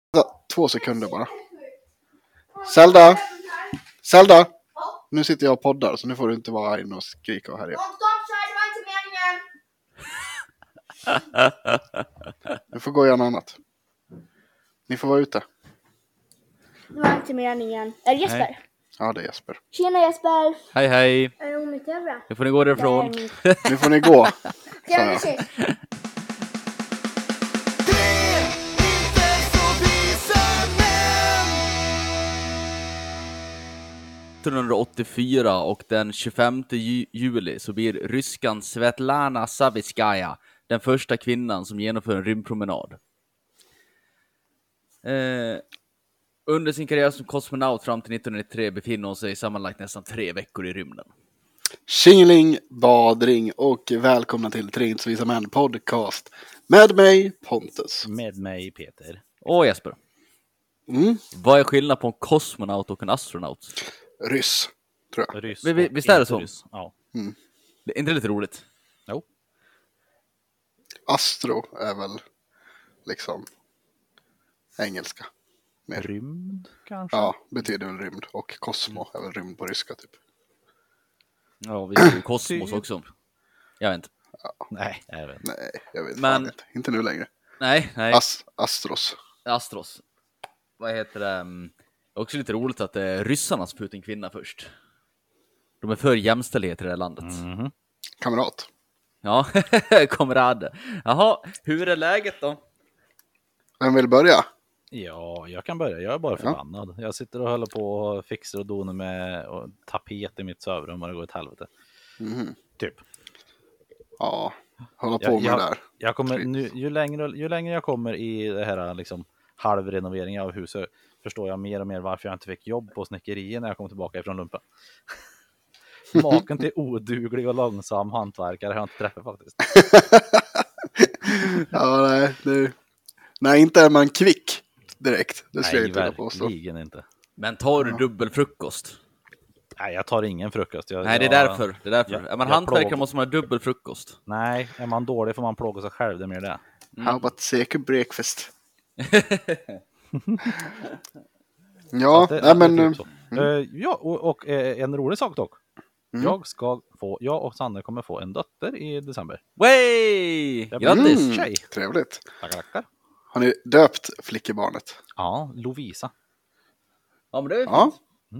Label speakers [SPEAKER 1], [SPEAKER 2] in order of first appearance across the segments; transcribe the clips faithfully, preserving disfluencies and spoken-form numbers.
[SPEAKER 1] Två sekunder bara. Zelda! Zelda! Nu sitter jag och poddar, så nu får du inte vara här inne och skrika och härja. Du får gå och göra något annat. Ni får vara ute.
[SPEAKER 2] Det var inte meningen. Är det Jesper?
[SPEAKER 3] Nej.
[SPEAKER 1] Ja, det är Jesper.
[SPEAKER 2] Tjena Jesper!
[SPEAKER 3] Hej hej!
[SPEAKER 2] Är det om mitt jävla?
[SPEAKER 3] Nu får ni gå därifrån.
[SPEAKER 1] Nu får ni gå.
[SPEAKER 2] Ska jag se?
[SPEAKER 3] nittonhundraåttiofyra och den tjugofemte ju- juli så blir ryskan Svetlana Savitskaya den första kvinnan som genomför en rymdpromenad. Eh, under sin karriär som kosmonaut fram till nittonhundranittiotre befinner hon sig sammanlagt nästan tre veckor i rymden.
[SPEAKER 1] Tjingeling, badring och välkomna till Tre inte så visa män podcast. Med mig, Pontus.
[SPEAKER 4] Med mig, Peter.
[SPEAKER 3] Och Jesper,
[SPEAKER 1] Mm.
[SPEAKER 3] vad är skillnaden på en kosmonaut och en astronaut?
[SPEAKER 1] Ryss, tror jag.
[SPEAKER 4] Ryss
[SPEAKER 3] Vi- vi-
[SPEAKER 4] och
[SPEAKER 3] visst är det
[SPEAKER 4] inte
[SPEAKER 3] så?
[SPEAKER 4] ryss. Ja.
[SPEAKER 3] Det är inte lite roligt?
[SPEAKER 4] Jo.
[SPEAKER 1] Astro är väl liksom engelska. Mer.
[SPEAKER 4] Rymd, kanske?
[SPEAKER 1] Ja, betyder väl rymd. Och kosmo är väl rymd på ryska typ.
[SPEAKER 3] Ja, vi är ju kosmos också. Jag vet inte.
[SPEAKER 4] Nej, jag vet inte.
[SPEAKER 1] Nej, jag vet
[SPEAKER 3] Men-
[SPEAKER 1] fan inte. Inte nu längre.
[SPEAKER 3] Nej, nej.
[SPEAKER 1] As- Astros.
[SPEAKER 3] Astros. Vad heter det? Mm, Det är också lite roligt att det är ryssarna som får ut en kvinna först. De är för jämställdhet i det här landet.
[SPEAKER 4] Mhm.
[SPEAKER 1] Kamrat.
[SPEAKER 3] Ja, komrade. Jaha, hur är läget då?
[SPEAKER 1] Vem vill börja?
[SPEAKER 4] Ja, jag kan börja. Jag är bara förbannad. Jag sitter och håller på och fixar och donar med och tapet i mitt sovrum och det går ett helvete.
[SPEAKER 1] Mhm.
[SPEAKER 4] Typ.
[SPEAKER 1] Ja, hålla på
[SPEAKER 4] Jag,
[SPEAKER 1] med
[SPEAKER 4] jag,
[SPEAKER 1] det där.
[SPEAKER 4] jag kommer, nu, ju, längre, ju längre jag kommer i det här liksom, halvrenoveringen av huset förstår jag mer och mer varför jag inte fick jobb på snickeriet när jag kom tillbaka ifrån lumpen. Maken till oduglig och långsam hantverkare har jag inte träffat faktiskt.
[SPEAKER 1] Ja, nej. Det... Nej, inte är man kvick direkt. Det ska jag
[SPEAKER 4] Nej,
[SPEAKER 1] inte vilja påstå.
[SPEAKER 4] verkligen inte.
[SPEAKER 3] Men tar du dubbel frukost?
[SPEAKER 4] Nej, jag tar ingen frukost. Jag,
[SPEAKER 3] Nej, det är
[SPEAKER 4] jag,
[SPEAKER 3] därför. Det är därför.
[SPEAKER 4] jag-
[SPEAKER 3] är man
[SPEAKER 4] jag
[SPEAKER 3] hantverkare
[SPEAKER 4] plåg-
[SPEAKER 3] måste man ha dubbel frukost.
[SPEAKER 4] Nej, är man dålig får man plåga sig själv, det är mer det.
[SPEAKER 1] How about second breakfast?
[SPEAKER 4] Så
[SPEAKER 1] Ja,
[SPEAKER 4] att det,
[SPEAKER 1] nej men...
[SPEAKER 4] det är
[SPEAKER 1] eh,
[SPEAKER 4] typ så. Eh, ja, och, och eh, en rolig sak dock.
[SPEAKER 1] Mm.
[SPEAKER 4] Jag ska få, jag och Sanne kommer få en dotter i december.
[SPEAKER 3] Way!
[SPEAKER 4] Jag-
[SPEAKER 3] Grattis!
[SPEAKER 1] Mm,
[SPEAKER 4] tjej.
[SPEAKER 1] trevligt.
[SPEAKER 4] Tackar, tackar.
[SPEAKER 1] Har ni döpt flickebarnet?
[SPEAKER 4] Ja, Lovisa.
[SPEAKER 3] Ja, men det är
[SPEAKER 1] Ja.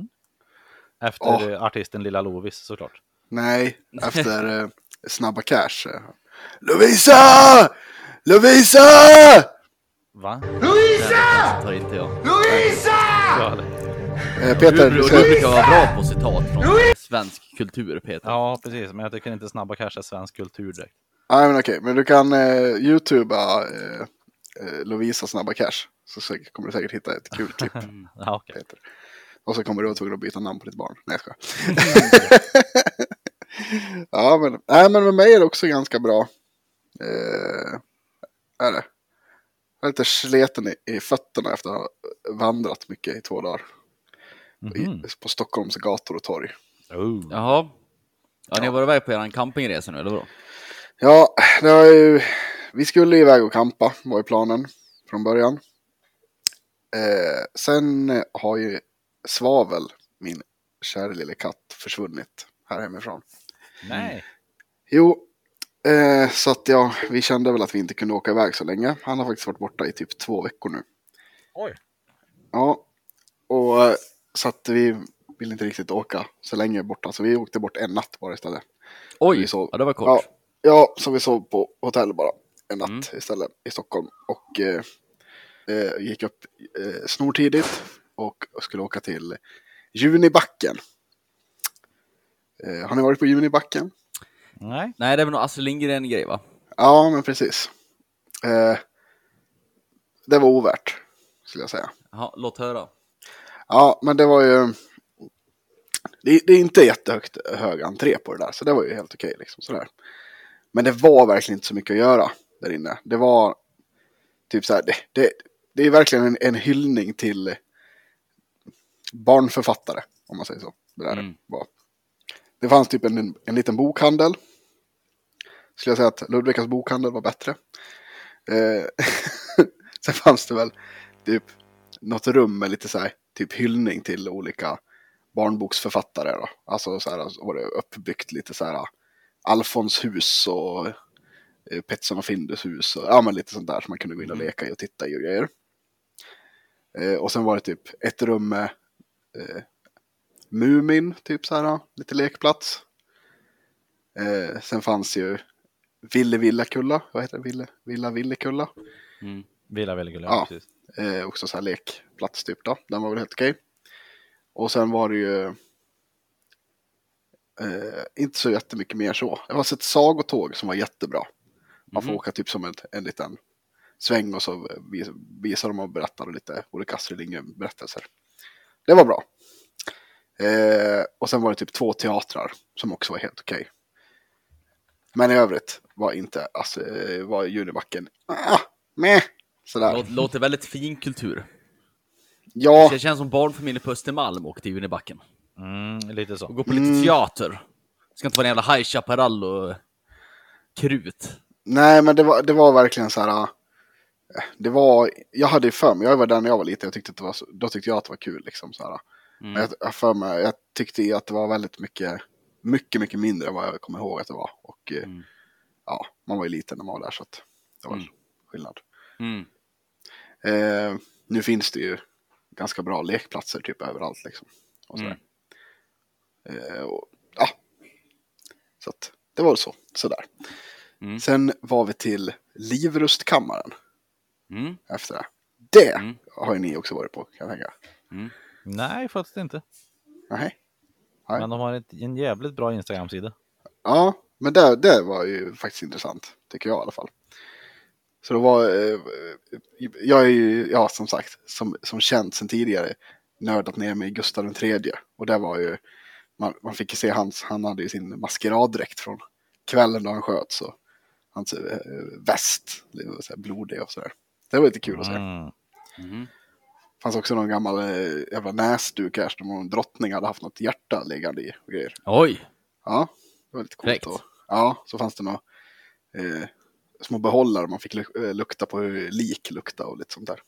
[SPEAKER 4] Efter
[SPEAKER 1] Åh.
[SPEAKER 4] eh, artisten Lilla Lovis såklart.
[SPEAKER 1] Nej, efter eh, Snabba Cash. eh. Lovisa! Lovisa!
[SPEAKER 4] Va?
[SPEAKER 3] Lovisa! Tar inte jag.
[SPEAKER 4] Ja, det-
[SPEAKER 1] Eh, Peter,
[SPEAKER 3] Du,
[SPEAKER 1] du
[SPEAKER 3] du
[SPEAKER 1] ska...
[SPEAKER 3] brukar vara bra på citat från svensk kultur, Peter.
[SPEAKER 4] ja, precis. Men jag tycker inte Snabba Cash är svensk kultur direkt.
[SPEAKER 1] Nej, men okej. Men du kan eh, YouTubea eh, eh, Lovisa Snabba Cash. Så säkert, kommer du säkert hitta ett kul klipp,
[SPEAKER 4] Ja, okej.
[SPEAKER 1] Peter. Och så kommer du att tvungen att byta namn på ditt barn. Nej, jag skojar. Ja, men, nej, men med mig är det också ganska bra. Eh, är det. Jag är lite sleten i, i fötterna efter att ha vandrat mycket i två dagar.
[SPEAKER 4] Mhm.
[SPEAKER 1] I, på Stockholms gator och torg.
[SPEAKER 4] Oh.
[SPEAKER 3] Jaha. Ja, ni har varit iväg på er campingresa nu, eller vadå?
[SPEAKER 1] Ja, det var ju, vi skulle iväg och campa, var ju planen från början. Eh, sen har ju Svavel, min kära lilla katt, försvunnit här hemifrån.
[SPEAKER 4] Nej.
[SPEAKER 1] Jo, eh, så att ja, vi kände väl att vi inte kunde åka iväg så länge. Han har faktiskt varit borta i typ två veckor nu.
[SPEAKER 4] Oj.
[SPEAKER 1] Ja, och eh, så att vi vill inte riktigt åka så länge borta. Så vi åkte bort en natt bara istället.
[SPEAKER 3] Oj,
[SPEAKER 1] Vi sov.
[SPEAKER 3] ja, det var kort.
[SPEAKER 1] Ja, ja, så vi sov på hotell bara en natt
[SPEAKER 3] Mm.
[SPEAKER 1] istället i Stockholm. Och eh, eh, gick upp eh, snortidigt och skulle åka till Junibacken. Eh, har ni varit på Junibacken?
[SPEAKER 4] Nej.
[SPEAKER 3] Nej, det är väl nog Astrid Lindgren-grej, va?
[SPEAKER 1] Ja, men precis. Eh, det var ovärt, skulle jag säga.
[SPEAKER 3] Jaha, låt höra.
[SPEAKER 1] Ja, men det var ju... Det, det är inte jättehögt hög entré på det där, så det var ju helt okej. Liksom, sådär. Men det var verkligen inte så mycket att göra där inne. Det var typ så här... Det, det, det är verkligen en, en hyllning till barnförfattare, om man säger så. Det, där
[SPEAKER 3] Mm.
[SPEAKER 1] var. Det fanns typ en, en liten bokhandel. Skulle jag säga att Ludvikas bokhandel var bättre. Eh, sen fanns det väl typ något rum med lite så här typ hyllning till olika barnboksförfattare då. Alltså så här så var det uppbyggt lite så här Alfons hus och eh, Petson och Findus hus och ja men lite sånt där som man kunde gå in och leka i och titta i och grejer. Eh, och sen var det typ ett rum med eh, Mumin, typ så här lite lekplats. Eh, sen fanns ju Ville Villekulla, vad heter det? Ville Villa Villekulla.
[SPEAKER 3] Mm.
[SPEAKER 4] Villa Villekulla,
[SPEAKER 1] Ja.
[SPEAKER 4] precis.
[SPEAKER 1] Eh, också så här lekplats typ då. Den var väl helt okej. Och sen var det ju eh, inte så jättemycket mer så. Jag har sett sagotåg som var jättebra. Man får
[SPEAKER 3] Mhm.
[SPEAKER 1] åka typ som en, en liten sväng och så vis, visar de och berättar lite olika Astrid Lindgren-berättelser. Det var bra. Eh, och sen var det typ två teatrar som också var helt okej. Men i övrigt var inte, alltså, eh, var Junibacken, ah, meh, sådär.
[SPEAKER 3] Låter, låter väldigt fin kultur.
[SPEAKER 1] Ja,
[SPEAKER 3] Det känns som barnfamiljer på Östermalm åkte till Junibacken.
[SPEAKER 4] Mm, lite
[SPEAKER 3] Och
[SPEAKER 4] så.
[SPEAKER 3] gå på lite
[SPEAKER 1] Mm.
[SPEAKER 3] teater. Det ska inte vara en jävla High Chaparral och krut.
[SPEAKER 1] nej men det var, det var verkligen så här. eh, Det var, jag hade ju för mig, jag var där när jag var liten, jag tyckte att det var, så- då tyckte jag att det var kul liksom så här.
[SPEAKER 3] Mm.
[SPEAKER 1] Men jag, jag, för mig, jag tyckte att det var väldigt mycket, mycket, mycket mindre än vad jag kommer ihåg att det var. Och eh,
[SPEAKER 3] Mm.
[SPEAKER 1] ja, man var ju liten när man var där så att det var
[SPEAKER 3] Mm.
[SPEAKER 1] skillnad.
[SPEAKER 3] Mm.
[SPEAKER 1] Eh, nu finns det ju ganska bra lekplatser typ överallt liksom. Och sådär. Eh, och, ja. Så att det var så, sådär.
[SPEAKER 3] Mm.
[SPEAKER 1] Sen var vi till Livrustkammaren
[SPEAKER 3] Mm.
[SPEAKER 1] efter det. Det
[SPEAKER 3] Mm.
[SPEAKER 1] har ju ni också varit på, kan jag tänka.
[SPEAKER 3] Mm.
[SPEAKER 4] Nej, faktiskt inte.
[SPEAKER 1] Nej. Nej.
[SPEAKER 4] Men de har ett, en jävligt bra Instagram-sida.
[SPEAKER 1] Ja, men det, det var ju faktiskt intressant, tycker jag i alla fall. Så det var, eh, jag är ju, ja som sagt, som, som känt sedan tidigare, nördat ner med Gustav den tredje. Och det var ju, man, man fick ju se hans, han hade ju sin maskeraddräkt från kvällen då han sköt, så hans eh, väst, lite så här blodig och sådär. Det var lite kul att se.
[SPEAKER 4] Mm.
[SPEAKER 3] Mm.
[SPEAKER 1] Det fanns också någon gammal eh, jävla näsduk här som någon drottning hade haft något hjärta liggande i och grejer.
[SPEAKER 3] Oj!
[SPEAKER 1] Ja, det var lite coolt.
[SPEAKER 3] Fräckt.
[SPEAKER 1] Och, ja, så fanns det några eh, små behållare man fick lu- eh, lukta på hur lik lukta och lite sånt där.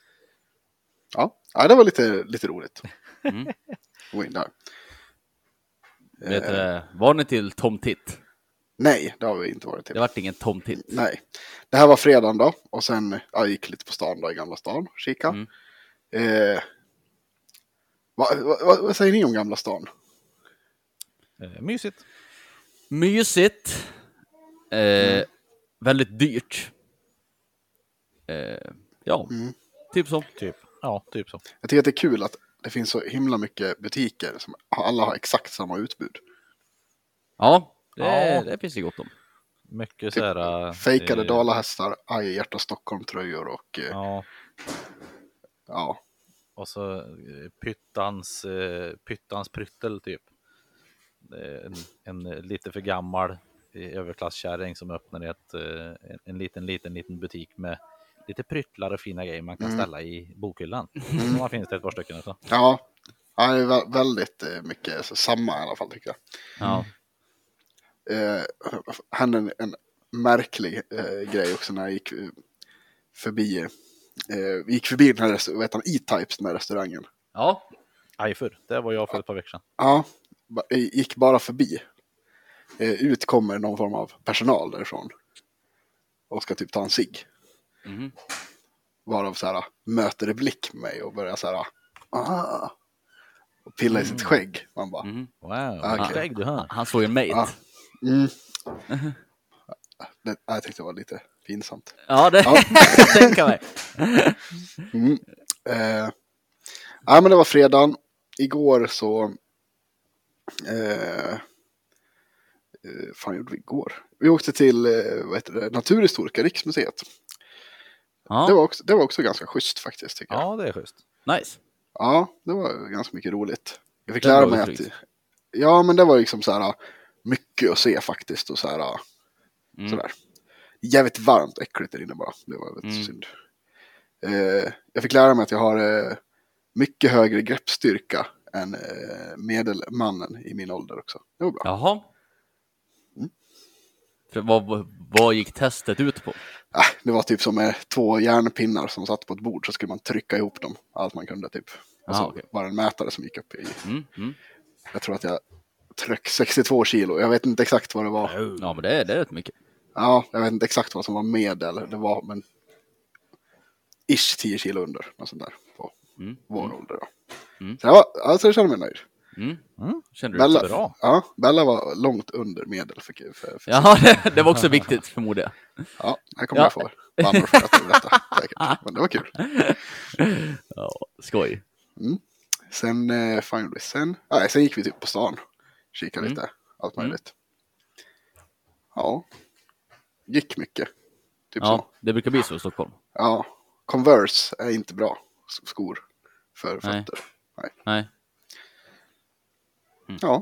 [SPEAKER 1] Ja, ja det var lite, lite roligt.
[SPEAKER 3] Mm.
[SPEAKER 1] Gå in där.
[SPEAKER 3] Vet du
[SPEAKER 1] Eh,
[SPEAKER 3] det? Var ni till Tom Titt?
[SPEAKER 1] nej, det har vi inte varit till.
[SPEAKER 3] Det vart ingen Tom Titt.
[SPEAKER 1] Nej. Det här var fredagen då. Och sen, ja, jag gick lite på stan då i Gamla stan. Kika.
[SPEAKER 3] Mm.
[SPEAKER 1] Eh, vad, vad, vad säger ni om Gamla stan?
[SPEAKER 4] Eh, mysigt.
[SPEAKER 3] Mysigt. Eh, Väldigt dyrt. Eh, ja,
[SPEAKER 1] Mm.
[SPEAKER 3] typ så.
[SPEAKER 4] Typ. Ja, typ så.
[SPEAKER 1] Jag tycker att det är kul att det finns så himla mycket butiker som alla har exakt samma utbud.
[SPEAKER 3] Ja, det,
[SPEAKER 4] Ja.
[SPEAKER 3] det finns det gott om.
[SPEAKER 4] Mycket så här... eh,
[SPEAKER 1] Fejkade
[SPEAKER 4] eh,
[SPEAKER 1] dalahästar, aj hjärta Stockholm-tröjor och eh, ja.
[SPEAKER 4] Ja, och så eh, pyttans, eh, pyttans pryttel typ. Eh, En, en lite för gammal eh, överklasskärring som öppnar ett, eh, en, en liten, liten, liten butik med lite pryttlar och fina grejer man kan
[SPEAKER 1] Mm.
[SPEAKER 4] ställa i bokhyllan. Mm. finns det ett par stycken också.
[SPEAKER 1] Ja, ja, det är vä- väldigt eh, mycket så, samma i alla fall tycker jag.
[SPEAKER 3] Ja.
[SPEAKER 1] Eh, hände en, en märklig eh, grej också när jag gick eh, förbi eh, vi gick förbi den här rest- vad heter han, E-Types, den här restaurangen.
[SPEAKER 3] Ja.
[SPEAKER 4] Aj för, det var jag för ett par veckor sedan.
[SPEAKER 1] Ja, ba- jag gick bara förbi. Eh, ut kommer någon form av personal därifrån och ska typ ta en cigg.
[SPEAKER 3] Mhm.
[SPEAKER 1] Varav så här möter det blick med mig och börjar så här ah, och pilla i sitt skägg. Man bara,
[SPEAKER 3] Mhm.
[SPEAKER 4] Wow,
[SPEAKER 1] Okej.
[SPEAKER 4] vilket skägg du har.
[SPEAKER 3] Han såg en mate.
[SPEAKER 1] Ja. mm. det, jag tyckte det var lite pinsamt.
[SPEAKER 3] Ja, det
[SPEAKER 1] Ja.
[SPEAKER 3] kan jag tänka mig.
[SPEAKER 1] Mm. Eh, ja, men det var fredagen. Igår så eh, eh, fan gjorde vi igår? Vi åkte till eh, vad heter det, Naturhistoriska riksmuseet.
[SPEAKER 3] Ja,
[SPEAKER 1] Det var också, det var också ganska schysst faktiskt tycker jag.
[SPEAKER 4] Ja, det är schysst.
[SPEAKER 3] nice.
[SPEAKER 1] Ja, det var ganska mycket roligt. Jag fick
[SPEAKER 3] Det var
[SPEAKER 1] lära
[SPEAKER 3] bra
[SPEAKER 1] mig att
[SPEAKER 3] uttryckt.
[SPEAKER 1] ja, men det var liksom så här mycket att se faktiskt och så här
[SPEAKER 3] Mm.
[SPEAKER 1] sådär. Jävligt varmt, äckligt där inne bara. Det var väldigt
[SPEAKER 3] Mm.
[SPEAKER 1] synd. Eh, jag fick lära mig att jag har eh, mycket högre greppstyrka än eh, medelmannen i min ålder också. Det var bra.
[SPEAKER 3] Jaha.
[SPEAKER 1] Mm.
[SPEAKER 3] För vad, vad gick testet ut på?
[SPEAKER 1] Äh, det var typ som med två järnpinnar som satt på ett bord, så skulle man trycka ihop dem. Allt man kunde typ. Och så
[SPEAKER 3] Aha, okej.
[SPEAKER 1] var det en mätare som gick upp i.
[SPEAKER 3] Mm, mm.
[SPEAKER 1] Jag tror att jag tryck sextiotvå kilo. Jag vet inte exakt vad det var.
[SPEAKER 3] Ja, men det är, det är rätt mycket.
[SPEAKER 1] Ja, jag vet inte exakt vad som var medel. Det var, men ish tio kilo under. Något sånt där på
[SPEAKER 3] Mm.
[SPEAKER 1] vår
[SPEAKER 3] Mm.
[SPEAKER 1] ålder då.
[SPEAKER 3] Mm.
[SPEAKER 1] Så jag, var, alltså jag kände mig nöjd.
[SPEAKER 3] Mm.
[SPEAKER 4] Mm.
[SPEAKER 3] Kände du
[SPEAKER 1] Bella,
[SPEAKER 3] det?
[SPEAKER 4] bra.
[SPEAKER 1] ja, Bella var långt under medel. För, för, för,
[SPEAKER 3] Ja, det, det var också viktigt förmodar jag.
[SPEAKER 1] Ja, här kommer
[SPEAKER 3] Ja.
[SPEAKER 1] jag få bannor för att detta säkert. Men det var kul.
[SPEAKER 3] Ja, skoj.
[SPEAKER 1] Sen, eh, finally, sen, nej, sen gick vi typ på stan. Kika
[SPEAKER 3] Mm.
[SPEAKER 1] lite, allt
[SPEAKER 3] Mm.
[SPEAKER 1] möjligt. Ja, gick mycket. Typ
[SPEAKER 3] Ja,
[SPEAKER 1] så.
[SPEAKER 3] det brukar bli så i Stockholm.
[SPEAKER 1] Ja, Converse är inte bra s- skor för
[SPEAKER 3] Nej.
[SPEAKER 1] fötter.
[SPEAKER 3] Nej.
[SPEAKER 1] Ja.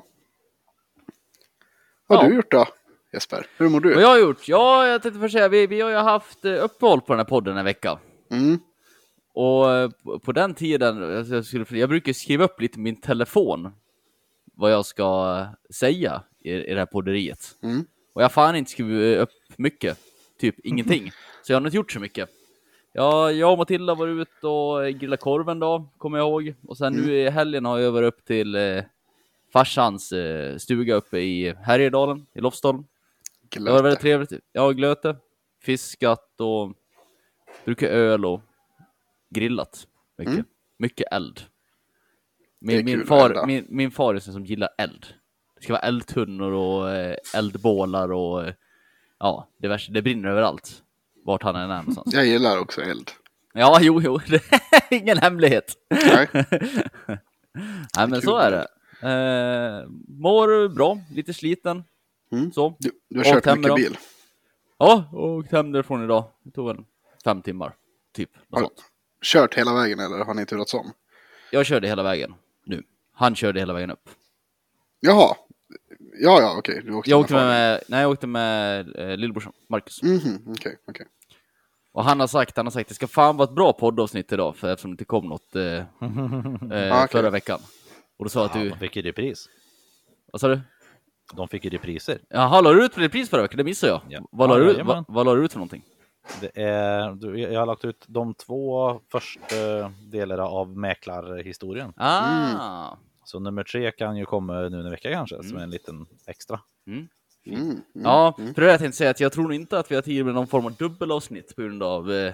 [SPEAKER 1] Vad har
[SPEAKER 3] Ja.
[SPEAKER 1] du gjort då, Jesper? Hur mår du?
[SPEAKER 3] Vad jag har gjort? Ja, jag tänkte först säga, vi, vi har ju haft eh, uppehåll på den här podden en vecka.
[SPEAKER 1] Mm.
[SPEAKER 3] Och eh, på, på den tiden, alltså, jag, skulle, jag brukar skriva upp lite i min telefon vad jag ska eh, säga i, i det här podderiet.
[SPEAKER 1] Mm.
[SPEAKER 3] Och jag har fan inte skrivit upp mycket. Typ ingenting. Så jag har inte gjort så mycket. Ja, jag och Matilda var ute och grillade korven då, kommer jag ihåg. Och sen nu i helgen har jag varit upp till eh, farsans eh, stuga uppe i Härjedalen, i Lofsdalen. Det var väldigt
[SPEAKER 1] Glöte.
[SPEAKER 3] trevligt. Ja, glöte, fiskat och druckit öl och grillat. Mycket,
[SPEAKER 1] Mm.
[SPEAKER 3] mycket eld.
[SPEAKER 1] Det är
[SPEAKER 3] Min, min,
[SPEAKER 1] kul att
[SPEAKER 3] far,
[SPEAKER 1] elda.
[SPEAKER 3] min, min far är sån som gillar eld. Det ska vara eldtunnor och eh, eldbålar och eh, ja, det, värsta, det brinner överallt. Vart han än är någonstans.
[SPEAKER 1] Jag gillar också eld.
[SPEAKER 3] Ja, jo, jo. Det är ingen hemlighet.
[SPEAKER 1] Nej.
[SPEAKER 3] Nej, men så är det. Eh, mår bra, lite sliten.
[SPEAKER 1] Mm.
[SPEAKER 3] Så.
[SPEAKER 1] Du, du har
[SPEAKER 3] Och
[SPEAKER 1] kört
[SPEAKER 3] hem
[SPEAKER 1] mycket
[SPEAKER 3] då.
[SPEAKER 1] bil.
[SPEAKER 3] Ja, och åkte hem därifrån idag. Det tog väl fem timmar, typ. Något
[SPEAKER 1] Har
[SPEAKER 3] sånt.
[SPEAKER 1] kört hela vägen eller har ni turats om?
[SPEAKER 3] Jag körde hela vägen nu. Han körde hela vägen upp.
[SPEAKER 1] Jaha. Ja, ja, okej. Du åkte
[SPEAKER 3] Jag åkte
[SPEAKER 1] far.
[SPEAKER 3] med, nej, jag åkte med eh, lillebrorsan, Marcus.
[SPEAKER 1] Mhm, okej, okej.
[SPEAKER 3] Och han har sagt, han har sagt, det ska fan vara ett bra poddavsnitt idag, för eftersom det inte kom något eh, eh,
[SPEAKER 1] Ah, okej.
[SPEAKER 3] förra veckan. Och då sa att
[SPEAKER 4] Ja,
[SPEAKER 3] du,
[SPEAKER 4] de fick ju repris.
[SPEAKER 3] vad sa du?
[SPEAKER 4] De fick ju repriser.
[SPEAKER 3] Jaha, la du ut på repris förra veckan? Det missade jag.
[SPEAKER 4] Ja.
[SPEAKER 3] Vad, la
[SPEAKER 4] Ja,
[SPEAKER 3] du,
[SPEAKER 4] jajamän.
[SPEAKER 3] vad, vad la du ut för någonting?
[SPEAKER 4] Det är, du, jag har lagt ut de två första delarna av mäklarhistorien.
[SPEAKER 3] Ah,
[SPEAKER 4] Så nummer tre kan ju komma nu en vecka kanske, som är en liten extra.
[SPEAKER 3] mm.
[SPEAKER 1] Mm, mm.
[SPEAKER 3] Ja, för det jag tänkte säga att jag tror nog inte att vi har tid med någon form av dubbelavsnitt på grund av eh,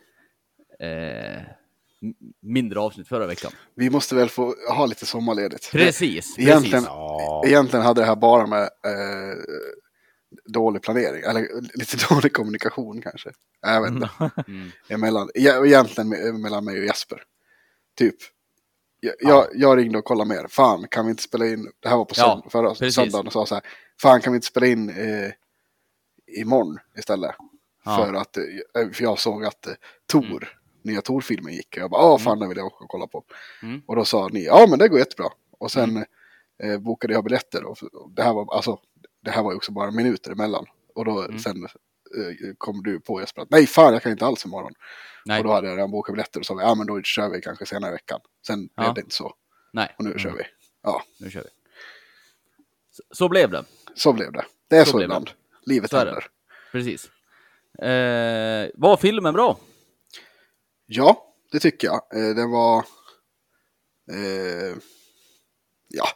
[SPEAKER 3] eh, m- mindre avsnitt förra veckan.
[SPEAKER 1] Vi måste väl få ha lite sommarledigt.
[SPEAKER 3] Precis,
[SPEAKER 1] Egentligen,
[SPEAKER 3] precis.
[SPEAKER 4] Ja,
[SPEAKER 1] egentligen hade det här bara med eh, dålig planering, eller lite dålig kommunikation kanske. Jag vet inte.
[SPEAKER 3] Mm.
[SPEAKER 1] Emellan, e- egentligen me- mellan mig och Jesper. Typ. Jag, jag, jag ringde och kollade mer. Fan, kan vi inte spela in? Det här var på
[SPEAKER 3] Ja,
[SPEAKER 1] sönd- förra
[SPEAKER 3] precis.
[SPEAKER 1] söndagen och sa så här. Fan, kan vi inte spela in eh, imorgon istället?
[SPEAKER 3] Ja.
[SPEAKER 1] För att eh, för jag såg att eh, Tor,
[SPEAKER 3] Mm.
[SPEAKER 1] nya Tor-filmen gick. Och jag bara, åh fan, den vill jag åka och kolla på.
[SPEAKER 3] Mm.
[SPEAKER 1] Och då sa ni, ja men det går jättebra. Och sen eh, bokade jag biljetter. Och, och det här var alltså, det här var ju också bara minuter emellan. Och då
[SPEAKER 3] Mm.
[SPEAKER 1] sen eh, kom du på Jesper att nej fan, jag kan inte alls imorgon.
[SPEAKER 3] Nej,
[SPEAKER 1] Och då hade jag redan bokat biljetter och sa, ja men då kör vi kanske senare i veckan. Sen
[SPEAKER 3] Ja.
[SPEAKER 1] blev det inte så.
[SPEAKER 3] nej,
[SPEAKER 1] Och nu kör vi. Ja,
[SPEAKER 3] nu kör vi. Så, så blev det.
[SPEAKER 1] så blev det. Det är
[SPEAKER 3] Så
[SPEAKER 1] så,
[SPEAKER 3] blev det.
[SPEAKER 1] ibland. Livet
[SPEAKER 3] Så är det.
[SPEAKER 1] händer.
[SPEAKER 3] Precis. Eh, var filmen bra?
[SPEAKER 1] Ja, det tycker jag. Eh, den var... Eh, ja.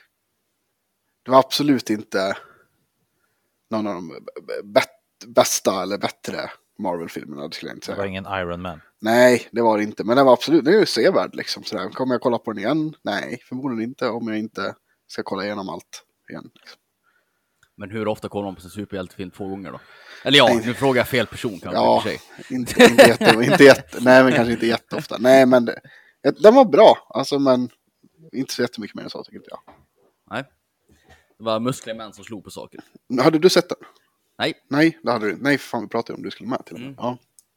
[SPEAKER 1] Det var absolut inte någon av de b- b- bästa eller bättre Marvel-filmerna, det skulle jag inte
[SPEAKER 4] det var
[SPEAKER 1] säga.
[SPEAKER 4] ingen Iron Man.
[SPEAKER 1] Nej, det var det inte. Men den var absolut, den är ju sevärd liksom. Sådär. Kommer jag kolla på den igen? Nej, förmodligen inte. Om jag inte ska kolla igenom allt igen. Liksom.
[SPEAKER 3] Men hur ofta kollar man på sin superhjältefilm två gånger då? Eller ja,
[SPEAKER 1] Nej.
[SPEAKER 3] nu frågar jag fel person kanske.
[SPEAKER 1] Ja,
[SPEAKER 3] i och för sig.
[SPEAKER 1] inte, inte, jätte, inte jätte, nej men kanske inte jätteofta. Nej men det, den var bra, alltså men inte så jättemycket mer än så tycker inte jag.
[SPEAKER 3] Nej. Det var muskliga män som slog på saker.
[SPEAKER 1] Hade du sett den?
[SPEAKER 3] Nej.
[SPEAKER 1] Nej, det hade du inte. Nej, för fan vi pratade om du skulle med till den.
[SPEAKER 3] Mm.
[SPEAKER 1] Ja.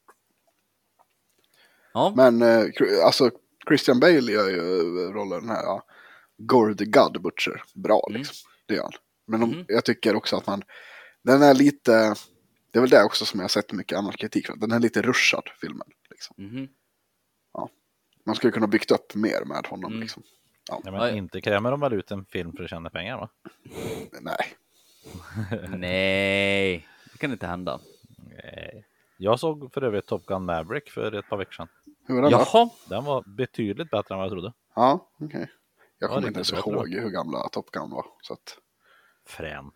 [SPEAKER 3] Ja.
[SPEAKER 1] Men eh, alltså Christian Bale gör ju rollen här, ja. Gore the God Butcher. Bra
[SPEAKER 3] Mm.
[SPEAKER 1] liksom, det gör han. Men de,
[SPEAKER 3] Mm.
[SPEAKER 1] jag tycker också att man, den är lite, det är väl det också som jag har sett mycket annan kritik för. Den är lite rushad filmen. Liksom.
[SPEAKER 3] Mhm.
[SPEAKER 1] Man skulle kunna byggt upp mer med honom
[SPEAKER 3] Mm.
[SPEAKER 1] liksom.
[SPEAKER 4] Nej, men
[SPEAKER 3] Ja, ja.
[SPEAKER 4] inte krämer de väl ut en film för att tjäna pengar va?
[SPEAKER 1] Nej.
[SPEAKER 3] Nej, det kan inte hända.
[SPEAKER 4] Nej. Jag såg för övrigt Top Gun Maverick för ett par veckor sedan.
[SPEAKER 1] Hur var den då?
[SPEAKER 3] Jaha.
[SPEAKER 4] Den var betydligt bättre än vad jag trodde.
[SPEAKER 1] Ja, okej. Okay. Jag
[SPEAKER 4] Ja,
[SPEAKER 1] kommer
[SPEAKER 4] det
[SPEAKER 1] inte ens
[SPEAKER 4] är bra,
[SPEAKER 1] ihåg hur gamla Top Gun var. Så att,
[SPEAKER 4] Frän.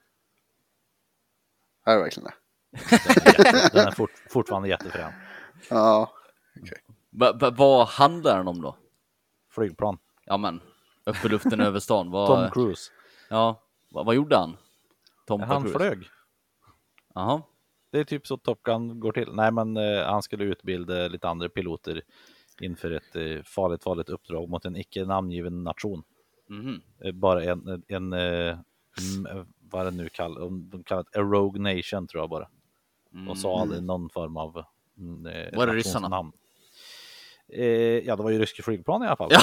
[SPEAKER 1] är det verkligen det?
[SPEAKER 4] Den är, jätte, den är fort, fortfarande jättefrän.
[SPEAKER 1] Ja,
[SPEAKER 3] Va, va, vad handlar den om då?
[SPEAKER 4] Flygplan.
[SPEAKER 3] Ja men, upp i luften över stan. Vad,
[SPEAKER 4] Tom Cruise.
[SPEAKER 3] Ja, vad, vad gjorde han? Tom
[SPEAKER 4] Han
[SPEAKER 3] Cruise.
[SPEAKER 4] flög.
[SPEAKER 3] Jaha.
[SPEAKER 4] Det är typ så Top Gun går till. Nej, men eh, han skulle utbilda lite andra piloter inför ett eh, farligt, farligt uppdrag mot en icke namngiven nation.
[SPEAKER 3] Mhm.
[SPEAKER 4] Eh, bara en, en eh, m- vad det nu kallar, de kallar det a rogue nation tror jag bara. Och sa aldrig någon form av mm, eh,
[SPEAKER 3] Var det ryssarna?
[SPEAKER 4] nationsnamn. Eh, ja, det var ju ryska flygplan i alla fall.
[SPEAKER 3] Ja.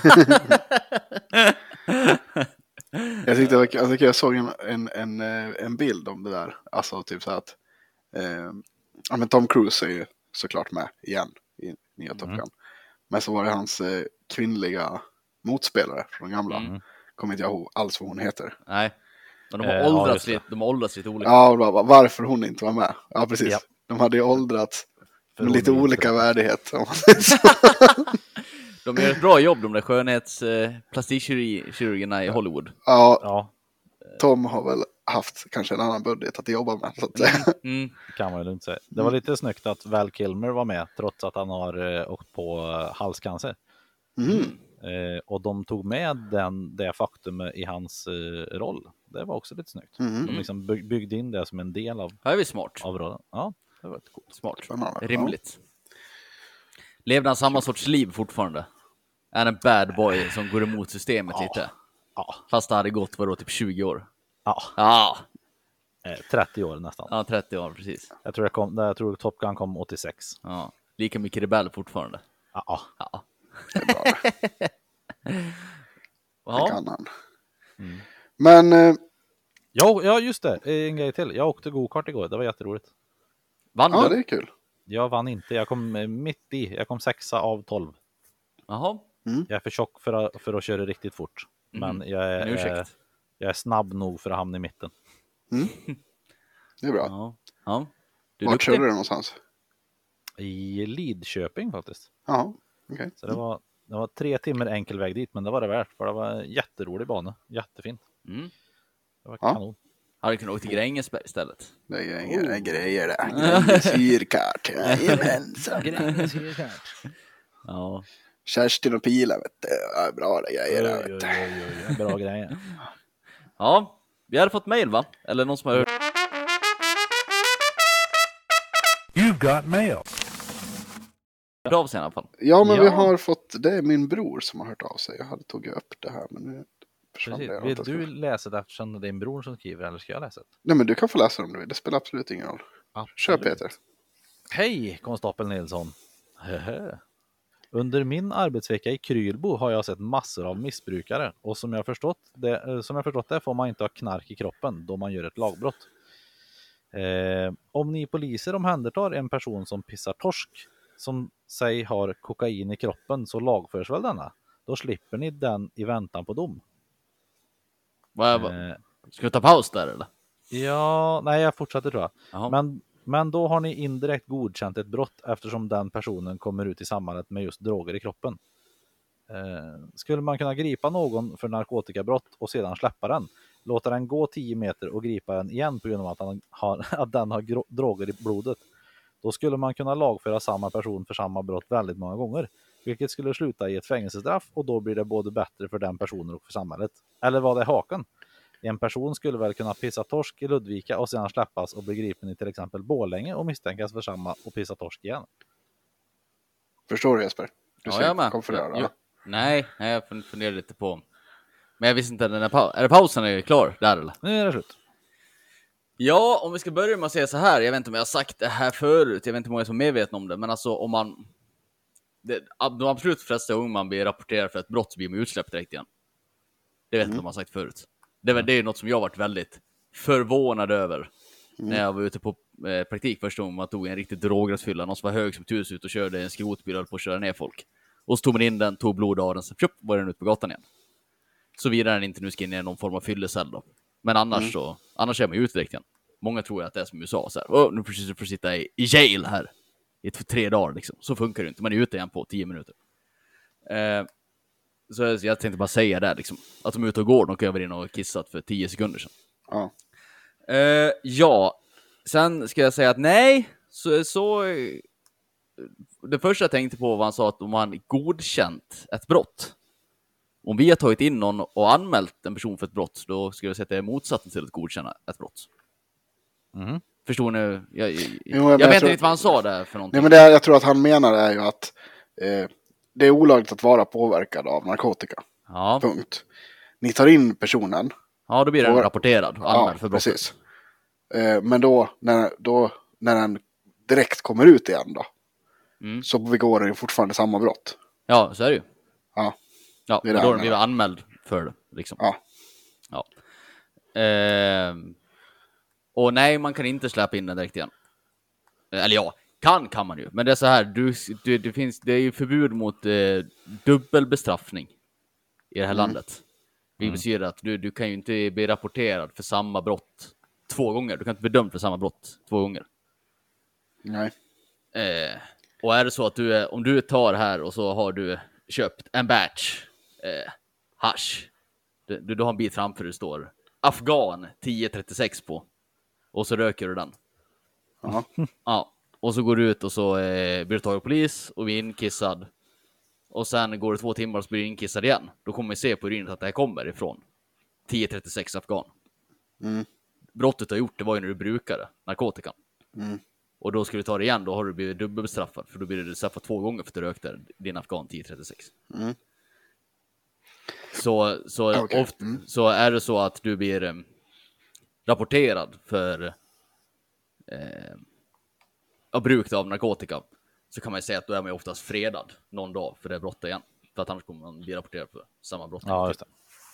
[SPEAKER 1] jag tyckte jag, jag, tyckte jag såg en, en, en, eh, en bild om det där. Alltså typ så att eh, ja, men Tom Cruise är ju såklart med igen i nya Top Gun.
[SPEAKER 4] Mm.
[SPEAKER 1] Men så var det hans eh, kvinnliga motspelare från gamla.
[SPEAKER 3] Mm.
[SPEAKER 1] Kommer inte jag ihåg alls vad hon heter.
[SPEAKER 3] Nej. Men de har
[SPEAKER 4] Eh, ja,
[SPEAKER 3] åldrats
[SPEAKER 4] just det.
[SPEAKER 3] lite, de har åldrats lite olika.
[SPEAKER 1] Ja, bra, varför hon inte var med. Ja, precis.
[SPEAKER 4] Ja.
[SPEAKER 1] De hade ju åldrats
[SPEAKER 4] För
[SPEAKER 1] med lite
[SPEAKER 4] hon är
[SPEAKER 1] olika
[SPEAKER 4] inte-
[SPEAKER 1] värdighet. Om man säger så.
[SPEAKER 3] De gör ett bra jobb, de där skönhets eh, plastikkirurgerna i Hollywood.
[SPEAKER 1] Ja,
[SPEAKER 4] Ja,
[SPEAKER 1] Tom har väl haft kanske en annan budget att jobba med. Så att, säga.
[SPEAKER 3] Mm.
[SPEAKER 4] det kan man ju lugnt säga. Det var lite snyggt att Val Kilmer var med trots att han har eh, åkt på eh, halscancer.
[SPEAKER 1] Mm.
[SPEAKER 4] Eh, och de tog med den, det faktum i hans eh, roll. Det var också lite snyggt.
[SPEAKER 1] Mm.
[SPEAKER 4] De liksom by- byggde in det som en del av,
[SPEAKER 3] Här är vi smart.
[SPEAKER 4] av rollen. Ja, det var lite coolt.
[SPEAKER 3] Smart.
[SPEAKER 1] Spännande.
[SPEAKER 3] Rimligt. Levde han samma sorts liv fortfarande? Är en bad boy som går emot systemet
[SPEAKER 4] Ja.
[SPEAKER 3] lite?
[SPEAKER 4] Ja,
[SPEAKER 3] Fast det hade gått, vadå, typ tjugo år?
[SPEAKER 4] ja.
[SPEAKER 3] Ja,
[SPEAKER 4] Eh, trettio år nästan.
[SPEAKER 3] ja trettio år precis.
[SPEAKER 4] Jag tror, jag kom, jag tror Top Gun kom åttiosex.
[SPEAKER 3] Ja. Lika mycket rebell fortfarande.
[SPEAKER 4] Ja,
[SPEAKER 3] Ja.
[SPEAKER 1] Det är bra det. Det
[SPEAKER 3] Ja.
[SPEAKER 1] kan han.
[SPEAKER 4] Mm.
[SPEAKER 1] Men eh,
[SPEAKER 4] ja, ja, just det. En grej till. Jag åkte go-kart igår. Det var jätteroligt.
[SPEAKER 3] Vann
[SPEAKER 1] ja,
[SPEAKER 3] du?
[SPEAKER 1] det är kul.
[SPEAKER 4] Jag vann inte. Jag kom eh, mitt i. Jag kom sexa av tolv.
[SPEAKER 3] Jaha.
[SPEAKER 4] Jag är för tjock för att, för att köra riktigt fort.
[SPEAKER 3] Mm.
[SPEAKER 4] Men jag är,
[SPEAKER 3] En ursäkt.
[SPEAKER 4] jag är snabb nog för att hamna i mitten.
[SPEAKER 1] Det är bra.
[SPEAKER 3] Ja. Ja. Du är
[SPEAKER 1] Vart
[SPEAKER 3] duktig.
[SPEAKER 1] körde du någonstans?
[SPEAKER 4] I Lidköping faktiskt.
[SPEAKER 1] Ja, okej.
[SPEAKER 4] Så det var, det var tre timmar enkel väg dit. Men det var det värt. För det var en jätterolig bana. Jättefint.
[SPEAKER 3] Mm.
[SPEAKER 4] Det var
[SPEAKER 1] Ja.
[SPEAKER 4] kanon.
[SPEAKER 3] Hade kunnat åka till Grängesberg istället.
[SPEAKER 1] Det är inga oh. grejer det. Grängesyrkart. Jajamensan.
[SPEAKER 3] Ja.
[SPEAKER 1] Kerstin och Pila, vet du. Ja, bra det grejer det,
[SPEAKER 4] Oj,
[SPEAKER 1] vet
[SPEAKER 4] oj,
[SPEAKER 1] du.
[SPEAKER 4] oj, oj. Bra grejer.
[SPEAKER 3] Ja. Vi hade fått mail va? Eller någon som har hört.
[SPEAKER 5] You've got mail.
[SPEAKER 3] hört av sig i alla fall.
[SPEAKER 1] Ja, men vi
[SPEAKER 4] Ja.
[SPEAKER 1] har fått, det är min bror som har hört av sig. Jag hade tagit upp det här, men nu försvann
[SPEAKER 4] Precis.
[SPEAKER 1] det. Jag
[SPEAKER 4] Vill
[SPEAKER 1] vet inte.
[SPEAKER 4] du läsa det eftersom det är din bror som skriver eller ska jag läsa det?
[SPEAKER 1] Nej, men du kan få läsa det om du vill. Det spelar absolut ingen roll. Kör Peter.
[SPEAKER 4] Hej konstapel Nilsson. Under min arbetsvecka i Krylbo har jag sett massor av missbrukare och som jag förstått det, som jag förstått det får man inte ha knark i kroppen då man gör ett lagbrott. Eh, om ni poliser omhändertar en person som pissar torsk som säg har kokain i kroppen så lagförs väl denna. Då slipper ni den i väntan på dom.
[SPEAKER 3] Vad, vad,
[SPEAKER 4] Eh,
[SPEAKER 3] ska vi ta paus där eller?
[SPEAKER 4] ja, nej jag fortsätter tror jag.
[SPEAKER 3] Jaha.
[SPEAKER 4] Men, men då har ni indirekt godkänt ett brott eftersom den personen kommer ut i samhället med just droger i kroppen. Eh, skulle man kunna gripa någon för narkotikabrott och sedan släppa den, låta den gå tio meter och gripa den igen på grund av att, han har, att den har gro- droger i blodet, då skulle man kunna lagföra samma person för samma brott väldigt många gånger, vilket skulle sluta i ett fängelsestraff och då blir det både bättre för den personen och för samhället. Eller vad är haken? En person skulle väl kunna pissa torsk i Ludvika och sedan släppas och bli gripen i till exempel Borlänge och misstänkas för samma och pissa torsk igen.
[SPEAKER 1] Förstår du Jesper? Du
[SPEAKER 3] Ja,
[SPEAKER 1] ser
[SPEAKER 3] jag med.
[SPEAKER 1] konfunderad,
[SPEAKER 3] Jo.
[SPEAKER 1] va?
[SPEAKER 3] Nej, nej, jag fun- funderar lite på. Men jag visste inte, den är, pa- är det pausen är klar där eller?
[SPEAKER 4] Nu är det slut.
[SPEAKER 3] Ja, om vi ska börja med att säga så här. Jag vet inte om jag har sagt det här förut. Jag vet inte hur många som är medvetna om det. Men alltså om man... Det, de absolut flesta gånger man blir rapporterad för ett brott så blir man utsläppt direkt igen. Det vet jag inte om jag har sagt förut. Det, är- det är något som jag har varit väldigt förvånad över. När jag var ute på eh, praktik första gången man tog en riktigt drograttfylla. Någon som var hög som tus ut och körde en skrotbil och höll på att köra ner folk. Och så tog man in den, tog blod av den, så fjupp, var den ut på gatan igen. Så vidare den inte nu ska in i någon form av fyllecell då. Men annars så, annars är man ju ut direkt igen. Många tror att det är som i U S A. Så här, oh, nu får du sitta i, i jail här i tre dagar. Liksom. Så funkar det inte. Man är ute igen på tio minuter. Eh, så jag tänkte bara säga det. Liksom, att de är ute och går. De kan över in och kissat för tio sekunder sedan.
[SPEAKER 1] Ja.
[SPEAKER 3] Eh, ja. Sen ska jag säga att nej. Så... så det första jag tänkte på var han sa att om man godkänt ett brott. Om vi har tagit in någon och anmält en person för ett brott, då skulle jag säga att det är motsatsen till att godkänna ett brott.
[SPEAKER 4] Mm.
[SPEAKER 3] Förstår ni? Jag, jag,
[SPEAKER 1] Jo,
[SPEAKER 3] jag,
[SPEAKER 1] jag
[SPEAKER 3] vet
[SPEAKER 1] tror-
[SPEAKER 3] inte vad han sa där för någonting.
[SPEAKER 1] Nej, men det jag tror att han menar är ju att eh, det är olagligt att vara påverkad av narkotika.
[SPEAKER 3] Ja.
[SPEAKER 1] Punkt. Ni tar in personen.
[SPEAKER 3] ja, då blir den
[SPEAKER 1] På-
[SPEAKER 3] rapporterad och anmäld
[SPEAKER 1] Ja,
[SPEAKER 3] för brottet.
[SPEAKER 1] precis. Eh, men då när, då, när den direkt kommer ut igen då.
[SPEAKER 3] Mm.
[SPEAKER 1] Så begår den ju fortfarande samma brott.
[SPEAKER 3] Ja, så är det ju.
[SPEAKER 1] Ja.
[SPEAKER 3] Ja,
[SPEAKER 1] Det är
[SPEAKER 3] då
[SPEAKER 1] det
[SPEAKER 3] har
[SPEAKER 1] han
[SPEAKER 3] den blivit anmäld för det. Liksom.
[SPEAKER 1] Ja.
[SPEAKER 3] Ja. Ehm. Och nej, man kan inte släppa in den direkt igen. Eller ja, kan kan man ju. Men det är så här, du, du, det, finns, det är ju förbud mot eh, dubbelbestraffning i det här
[SPEAKER 1] Mm.
[SPEAKER 3] landet. Det betyder att du, du kan ju inte bli rapporterad för samma brott två gånger. Du kan inte bli dömd för samma brott två gånger.
[SPEAKER 1] Nej.
[SPEAKER 3] Eh, och är det så att du är, om du tar här och så har du köpt en batch eh, hash. Du, du, du har en bit framför det står Afghan tio trettiosex på. Och så röker du den.
[SPEAKER 1] Ja.
[SPEAKER 3] Ja. Och så går du ut och så eh, blir du tagen av polis och blir inkissad. Och sen går det två timmar och så blir du inkissad igen. Då kommer vi se på urinet att det här kommer ifrån tio trettiosex Afghan.
[SPEAKER 1] Mm.
[SPEAKER 3] Brottet du har gjort, det var ju när du brukade narkotikan.
[SPEAKER 1] Mm.
[SPEAKER 3] Och då ska du ta det igen, då har du blivit dubbelbestraffad. För då blir du straffad två gånger för att du rökte din Afghan tio trettiosex.
[SPEAKER 1] Mm.
[SPEAKER 3] Så, så,
[SPEAKER 1] Okej.
[SPEAKER 3] ofta, så är det så att du blir eh, rapporterad för eh, av bruk av narkotika. Så kan man ju säga att då är man ju oftast fredad någon dag för det brottet igen. För att annars kommer man bli rapporterad för samma brott.
[SPEAKER 4] Ja, just det.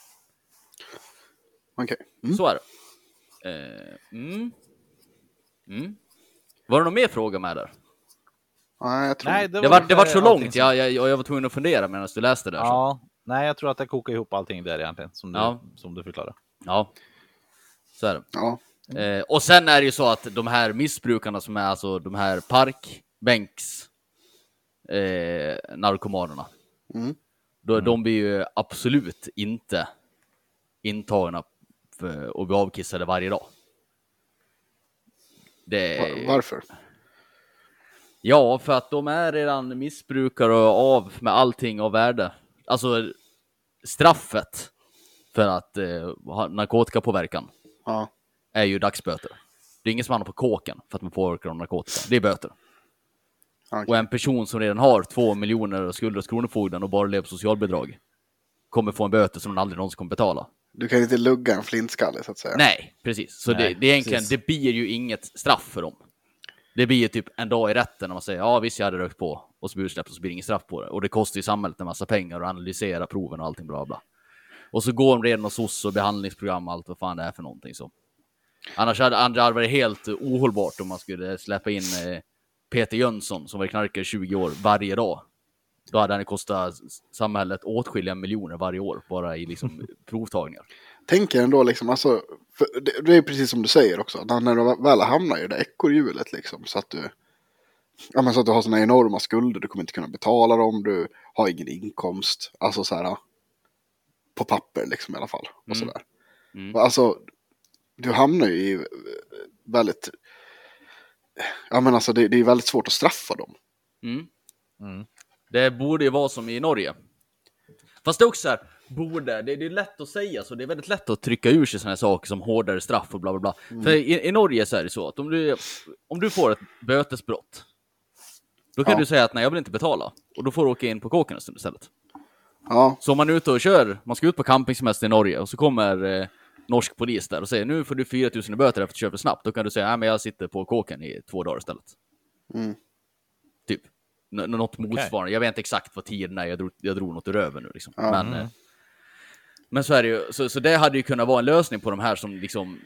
[SPEAKER 1] Okej. Mm.
[SPEAKER 3] Så är det. Eh, mm. Mm. Var det någon mer fråga med där?
[SPEAKER 1] Nej, jag tror
[SPEAKER 4] Nej,
[SPEAKER 3] Det var, det var så
[SPEAKER 4] allting
[SPEAKER 3] långt,
[SPEAKER 4] som-
[SPEAKER 3] jag, jag, jag var tvungen att fundera medan du läste där. Så.
[SPEAKER 4] Ja, nej, jag tror att det kokar ihop allting där egentligen, som du,
[SPEAKER 3] Ja.
[SPEAKER 4] som du förklarar.
[SPEAKER 3] Ja, så är det.
[SPEAKER 1] Ja.
[SPEAKER 3] Eh, och sen är det ju så att de här missbrukarna som är alltså de här parkbänks eh, narkomanerna.
[SPEAKER 1] Mm.
[SPEAKER 3] Då, De blir ju absolut inte intagna för, och blir avkissade varje dag. Det,
[SPEAKER 1] Va- Varför?
[SPEAKER 3] ja, för att de är redan missbrukare och av med allting av värde. Alltså straffet för att eh, ha narkotikapåverkan
[SPEAKER 1] Ja.
[SPEAKER 3] är ju dagsböter. Det är ingen som hamnar på kåken för att man påverkar av narkotika. Det är böter.
[SPEAKER 1] Okej.
[SPEAKER 3] Och en person som redan har två miljoner skulder hos kronofogden och bara lever på socialbidrag kommer få en böter som man aldrig någonsin kommer betala.
[SPEAKER 1] Du kan inte lugga en flintskalle så att säga.
[SPEAKER 3] Nej, precis. Så
[SPEAKER 4] Nej,
[SPEAKER 3] det, det är egentligen,
[SPEAKER 4] precis.
[SPEAKER 3] det blir ju inget straff för dem. Det blir ju typ en dag i rätten när man säger ja visst jag hade rökt på och så blir det släppt och så blir det inget straff på det. Och det kostar ju samhället en massa pengar att analysera proven och allting bla bla. Och så går de redan hos oss och behandlingsprogram och allt vad fan det är för någonting så. Annars hade andra varit helt ohållbart om man skulle släppa in eh, Peter Jönsson som var knarkare i tjugo år varje dag. Då hade han kostat samhället åtskilliga miljoner varje år bara i liksom provtagningar.
[SPEAKER 1] Tänk er ändå liksom, alltså, för det, det är precis som du säger också, att när du väl hamnar i det där ekorrhjulet liksom, så att du, ja, men så att du har såna enorma skulder, du kommer inte kunna betala dem, du har ingen inkomst, alltså så här, på papper liksom i alla fall, och
[SPEAKER 3] Mm.
[SPEAKER 1] sådär.
[SPEAKER 3] Mm.
[SPEAKER 1] Och alltså, du hamnar ju i väldigt, ja men alltså det, det är väldigt svårt att straffa dem.
[SPEAKER 3] Mm.
[SPEAKER 4] Mm.
[SPEAKER 3] Det borde ju vara som i Norge. Fast det är också här, borde, det, det är lätt att säga så det är väldigt lätt att trycka ur sig såna här saker som hårdare straff och bla bla bla.
[SPEAKER 1] Mm.
[SPEAKER 3] För i, i Norge så är det så att om du, om du får ett bötesbrott då kan
[SPEAKER 1] Ja.
[SPEAKER 3] du säga att nej jag vill inte betala och då får du åka in på kåken en stund istället.
[SPEAKER 1] Ja,
[SPEAKER 3] Så om man är ute och kör, man ska ut på campingsemester i Norge och så kommer eh, norsk polis där och säger nu får du fyra tusen i böter efter att köpa snabbt. Då kan du säga nej men jag sitter på kåken i två dagar istället.
[SPEAKER 1] mm.
[SPEAKER 3] Typ. N- något motsvarande. Jag vet inte exakt vad tiden är. Jag drog, jag drog något ur röven nu liksom.
[SPEAKER 1] Ja.
[SPEAKER 3] Men, eh, men så är det ju. Så, så det hade ju kunnat vara en lösning på de här som liksom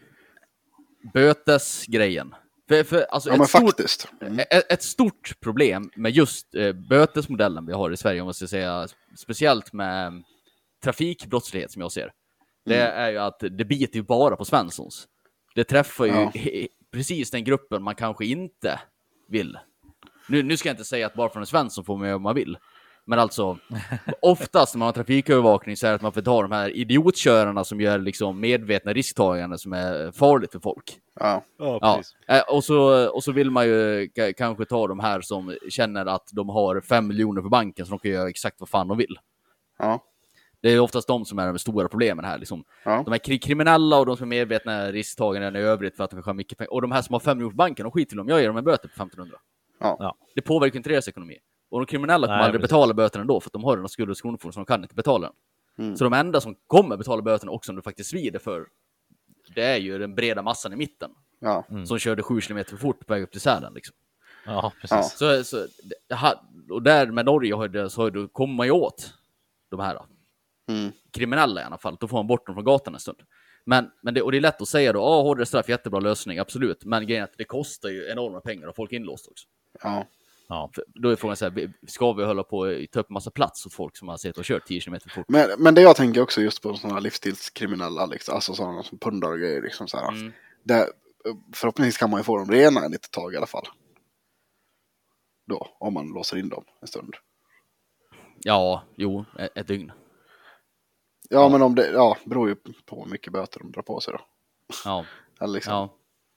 [SPEAKER 3] bötesgrejen. För, för, alltså
[SPEAKER 1] Ja
[SPEAKER 3] ett,
[SPEAKER 1] men
[SPEAKER 3] stort,
[SPEAKER 1] faktiskt. Mm.
[SPEAKER 3] ett, ett stort problem med just eh, bötesmodellen vi har i Sverige, om man ska säga, speciellt med trafikbrottslighet som jag ser. Det är ju att det biter ju bara på Svenssons. det träffar ju
[SPEAKER 1] Ja.
[SPEAKER 3] he- precis den gruppen man kanske inte vill. Nu, nu ska jag inte säga att bara från en svensk som får man göra vad man vill. Men alltså, oftast när man har trafikövervakning så är det att man får ta de här idiotkörarna som gör liksom medvetna risktagande som är farligt för folk.
[SPEAKER 1] Ja.
[SPEAKER 4] Ja,
[SPEAKER 3] Ja,
[SPEAKER 4] precis.
[SPEAKER 3] eh, och så, och så vill man ju k- kanske ta de här som känner att de har fem miljoner på banken så de kan göra exakt vad fan de vill.
[SPEAKER 1] Ja.
[SPEAKER 3] Det är oftast de som är de stora problemen här. Liksom.
[SPEAKER 1] Ja.
[SPEAKER 3] De här kri- kriminella och de som är medvetna risktagande i övrigt för att de kanske har mycket pengar. Och de här som har fem miljoner på banken, de skiter i dem. Jag ger dem en böter på femtonhundra.
[SPEAKER 1] Ja.
[SPEAKER 4] Ja.
[SPEAKER 3] Det påverkar inte deras ekonomi. Och de kriminella kommer
[SPEAKER 4] Nej,
[SPEAKER 3] aldrig
[SPEAKER 4] precis.
[SPEAKER 3] betala böterna ändå för att de har en skuld hos kronofogden som de kan inte betala den.
[SPEAKER 1] Mm.
[SPEAKER 3] Så de enda som kommer betala böterna också om det faktiskt svider för det är ju den breda massan i mitten
[SPEAKER 1] Ja.
[SPEAKER 3] som körde sju kilometer för fort på väg upp till Sälen liksom.
[SPEAKER 4] Ja, precis.
[SPEAKER 1] Ja.
[SPEAKER 3] Så, så det, ha- och där med Norge har det, så har det, kommer man ju åt de här då.
[SPEAKER 1] Mm.
[SPEAKER 3] Kriminella i alla fall, då får man bort dem från gatan en stund. Men, men det, och det är lätt att säga då, ja, hårdare straff, jättebra lösning, absolut. Men grejen är att det kostar ju enorma pengar och folk inlåst också.
[SPEAKER 1] Ja.
[SPEAKER 4] Ja.
[SPEAKER 3] För då är frågan så här, ska vi hålla på att ta upp massa plats åt folk som har sett och kört tio kilometer fort?
[SPEAKER 1] Men, men det jag tänker också just på sådana här livsstilskriminella, liksom, alltså sådana som pundar och grejer. Liksom, så här.
[SPEAKER 3] Mm.
[SPEAKER 1] Det, förhoppningsvis kan man ju få dem rena en litet tag i alla fall. Då, om man låser in dem en stund.
[SPEAKER 3] Ja, jo, ett, ett dygn.
[SPEAKER 1] Ja,
[SPEAKER 3] Ja.
[SPEAKER 1] men om det ja, beror ju på hur mycket böter de drar på sig då.
[SPEAKER 3] Ja,
[SPEAKER 1] Eller liksom.
[SPEAKER 3] ja.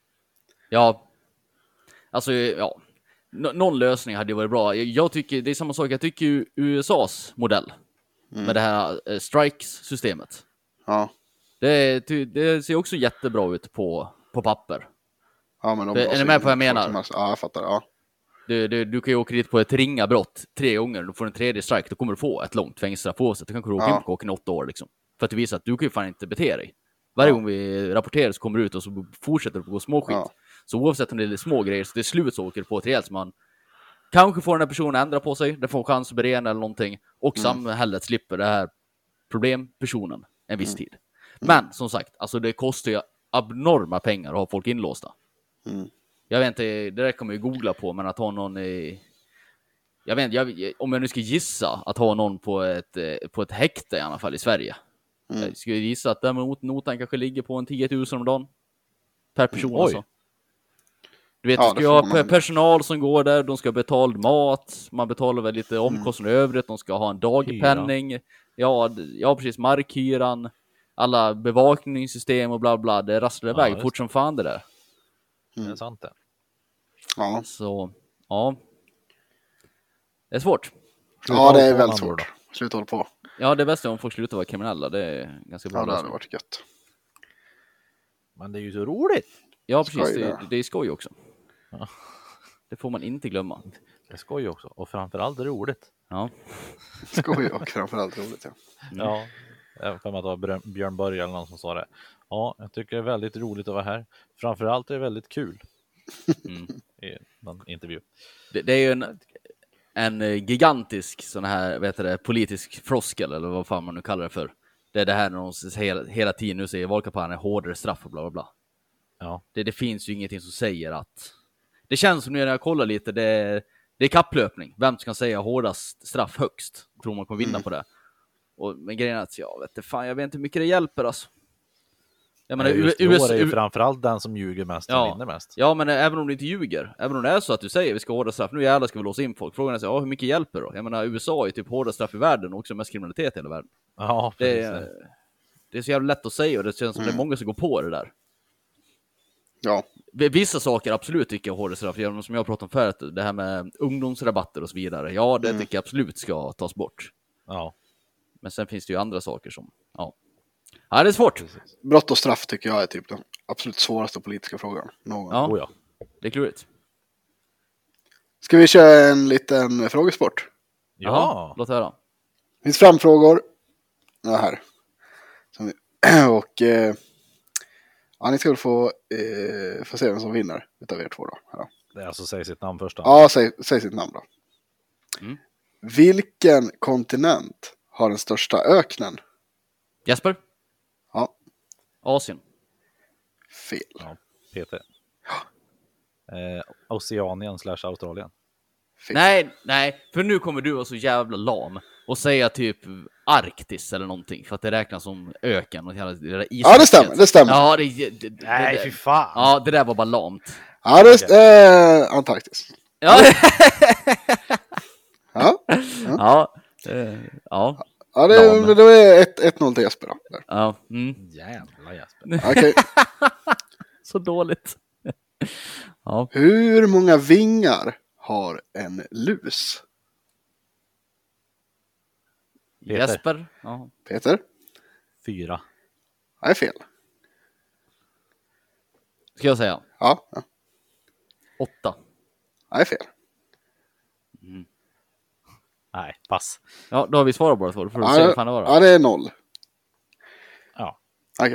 [SPEAKER 3] Ja, alltså, ja. Nå- någon lösning hade ju varit bra. Jag, jag tycker, det är samma sak, jag tycker ju U S A:s modell
[SPEAKER 1] Mm.
[SPEAKER 3] med det här eh, strikes-systemet.
[SPEAKER 1] Ja.
[SPEAKER 3] Det, ty- det ser också jättebra ut på, på papper.
[SPEAKER 1] Ja, men de
[SPEAKER 3] Är
[SPEAKER 1] låser
[SPEAKER 3] ni med
[SPEAKER 1] in
[SPEAKER 3] på vad jag
[SPEAKER 1] folk
[SPEAKER 3] menar?
[SPEAKER 1] som helst. Ja, jag fattar. Ja.
[SPEAKER 3] Du, du, du kan ju åka dit på ett ringa brott tre gånger, du får en tredje strike, då kommer du få ett långt fängelsestraff oavsett. Du kan åka
[SPEAKER 1] Ja.
[SPEAKER 3] in på kåken i åtta år liksom. För att du visar att du kan ju fan inte bete dig. Varje
[SPEAKER 1] Ja.
[SPEAKER 3] gång vi rapporterar så kommer du ut och så fortsätter du på småskit.
[SPEAKER 1] Ja.
[SPEAKER 3] Så oavsett om det är små grejer, så till slut så åker du på ett rejält som man kanske får den här personen att ändra på sig, det får en chans att berena eller någonting. Och
[SPEAKER 1] Mm.
[SPEAKER 3] samhället slipper det här problempersonen en viss tid. Men som sagt, alltså det kostar ju abnorma pengar att ha folk inlåsta.
[SPEAKER 1] Mm.
[SPEAKER 3] Jag vet inte, det där kan man ju googla på, men att ha någon i... Jag vet inte, jag, om jag nu ska gissa att ha någon på ett, eh, på ett häkte i alla fall i Sverige.
[SPEAKER 1] Mm.
[SPEAKER 3] Jag skulle gissa att däremot notan kanske ligger på en tio tusen om dagen. Per person
[SPEAKER 4] Oj.
[SPEAKER 3] alltså. Du vet,
[SPEAKER 1] Ja,
[SPEAKER 3] du
[SPEAKER 1] det
[SPEAKER 3] ska ju
[SPEAKER 1] får
[SPEAKER 3] ha
[SPEAKER 1] man
[SPEAKER 3] pe-
[SPEAKER 1] ändå.
[SPEAKER 3] personal som går där, de ska ha betald mat, man betalar väl lite omkostnader i övrigt, de ska ha en dagpenning. Ja, d- ja, precis, markhyran, alla bevakningssystem och bla bla, det rasslar
[SPEAKER 4] Ja,
[SPEAKER 3] iväg
[SPEAKER 4] just
[SPEAKER 3] fort som fan det där.
[SPEAKER 4] Det är sant det.
[SPEAKER 1] Ja.
[SPEAKER 3] Så, ja. Det är svårt.
[SPEAKER 1] Ja, det är
[SPEAKER 4] Sluta
[SPEAKER 1] väldigt
[SPEAKER 4] hålla på,
[SPEAKER 1] svårt. Sluta hålla på.
[SPEAKER 3] Ja, det bästa är om folk slutar vara kriminella, det är ganska bra
[SPEAKER 1] Ja, det hade
[SPEAKER 3] lösning.
[SPEAKER 1] varit gött.
[SPEAKER 4] Men det är ju så roligt.
[SPEAKER 3] Ja, precis,
[SPEAKER 1] Skoj,
[SPEAKER 3] det,
[SPEAKER 1] ja.
[SPEAKER 3] det är skoj också.
[SPEAKER 4] Ja.
[SPEAKER 3] Det får man inte glömma.
[SPEAKER 4] Det är skoj också. Och framförallt roligt.
[SPEAKER 3] Ja,
[SPEAKER 1] Skoj och framförallt roligt. Ja.
[SPEAKER 4] Ja. Jag får att det var Björn- Björn Borg eller någon som sa det. Ja, jag tycker det är väldigt roligt att vara här. Framförallt är det väldigt kul.
[SPEAKER 3] mm.
[SPEAKER 4] I någon intervju.
[SPEAKER 3] det, det är ju en, en eh, gigantisk sån här, vet du det, politisk froskel eller vad fan man nu kallar det för. Det är det här när de hela, hela tiden nu säger valkampanjen hårdare straff och bla bla bla.
[SPEAKER 4] Ja.
[SPEAKER 3] Det, det finns ju ingenting som säger att... Det känns som nu när jag kollar lite, det är, det är kapplöpning. Vem ska säga hårdast straff högst? Tror man kommer vinna
[SPEAKER 1] Mm.
[SPEAKER 3] på det. Och, men grejen är att jag vet inte, fan, jag vet inte hur mycket det hjälper alltså. Jag menar,
[SPEAKER 4] Men just
[SPEAKER 3] U-
[SPEAKER 4] i
[SPEAKER 3] US
[SPEAKER 4] år är ju framförallt den som ljuger mest som
[SPEAKER 3] Ja.
[SPEAKER 4] vinner mest.
[SPEAKER 3] Ja, men även om du inte ljuger, även om det är så att du säger vi ska ha hårda straff, nu jävlar ska vi låsa in folk. Frågan är så, ja, hur mycket hjälper då? Jag menar, U S A är ju typ hårda straff i världen och också mest kriminalitet i hela världen.
[SPEAKER 4] Ja,
[SPEAKER 3] Det
[SPEAKER 4] precis.
[SPEAKER 3] är, det är så jävla lätt att säga och det känns som
[SPEAKER 1] Mm.
[SPEAKER 3] det är många som går på det där.
[SPEAKER 1] Ja.
[SPEAKER 3] Vissa saker absolut tycker jag hårdare straff, som jag pratade om förut, det här med ungdomsrabatter och så vidare. Ja, det
[SPEAKER 1] Mm.
[SPEAKER 3] tycker jag absolut ska tas bort.
[SPEAKER 4] Ja,
[SPEAKER 3] Men sen finns det ju andra saker som, ja. Ja, det är svårt.
[SPEAKER 4] precis.
[SPEAKER 1] Brott och straff tycker jag är typ den absolut svåraste politiska frågan. Någon.
[SPEAKER 3] Ja,
[SPEAKER 4] Oh, ja.
[SPEAKER 3] det är klurigt.
[SPEAKER 1] Ska vi köra en liten frågesport?
[SPEAKER 3] Jaha,
[SPEAKER 4] Ja.
[SPEAKER 3] låt höra.
[SPEAKER 1] Det finns fem frågor. Ja, här. Som vi, och eh, ja, ni ska väl få, eh, få se vem som vinner utav er två då. Ja,
[SPEAKER 4] Det är alltså säg sitt namn först då.
[SPEAKER 1] ja säg, säg sitt namn då.
[SPEAKER 3] Mm.
[SPEAKER 1] Vilken kontinent har den största öknen?
[SPEAKER 3] Jesper?
[SPEAKER 1] Ja,
[SPEAKER 3] Asien.
[SPEAKER 1] fel.
[SPEAKER 4] Ja, P T. Eh, Oceanien slash Australien.
[SPEAKER 1] fel.
[SPEAKER 3] Nej, nej, för nu kommer du vara så jävla lam och säga typ Arktis eller någonting, för att det räknas som öken och hela det där
[SPEAKER 1] Ja, det stämmer, det stämmer.
[SPEAKER 3] Ja, det, det, det, det,
[SPEAKER 4] Nej,
[SPEAKER 3] det,
[SPEAKER 4] fy fan.
[SPEAKER 3] ja, det där var bara lamt.
[SPEAKER 1] Ja, det är eh, Antarktis.
[SPEAKER 3] Ja,
[SPEAKER 1] Ja,
[SPEAKER 3] ja, eh, ja,
[SPEAKER 1] ja det,
[SPEAKER 3] Ja, men-
[SPEAKER 1] det är ett- ett noll till Jesper då. Där.
[SPEAKER 3] ja, mm.
[SPEAKER 4] Jävla Jesper.
[SPEAKER 1] Okej.
[SPEAKER 3] Så dåligt. Ja,
[SPEAKER 1] Hur många vingar har en lus?
[SPEAKER 4] Peter.
[SPEAKER 3] Jesper. Ja.
[SPEAKER 1] Peter?
[SPEAKER 4] Fyra.
[SPEAKER 1] Nej, fel.
[SPEAKER 3] Ska jag säga?
[SPEAKER 1] Ja, ja.
[SPEAKER 3] Åtta.
[SPEAKER 1] Nej, fel.
[SPEAKER 4] Nej, pass.
[SPEAKER 3] Ja, då har vi svarat båda två. Då får du
[SPEAKER 1] Ja,
[SPEAKER 3] se
[SPEAKER 1] det-
[SPEAKER 3] vad fan det var då.
[SPEAKER 1] ja, det är noll.
[SPEAKER 4] Ja.
[SPEAKER 1] Okej.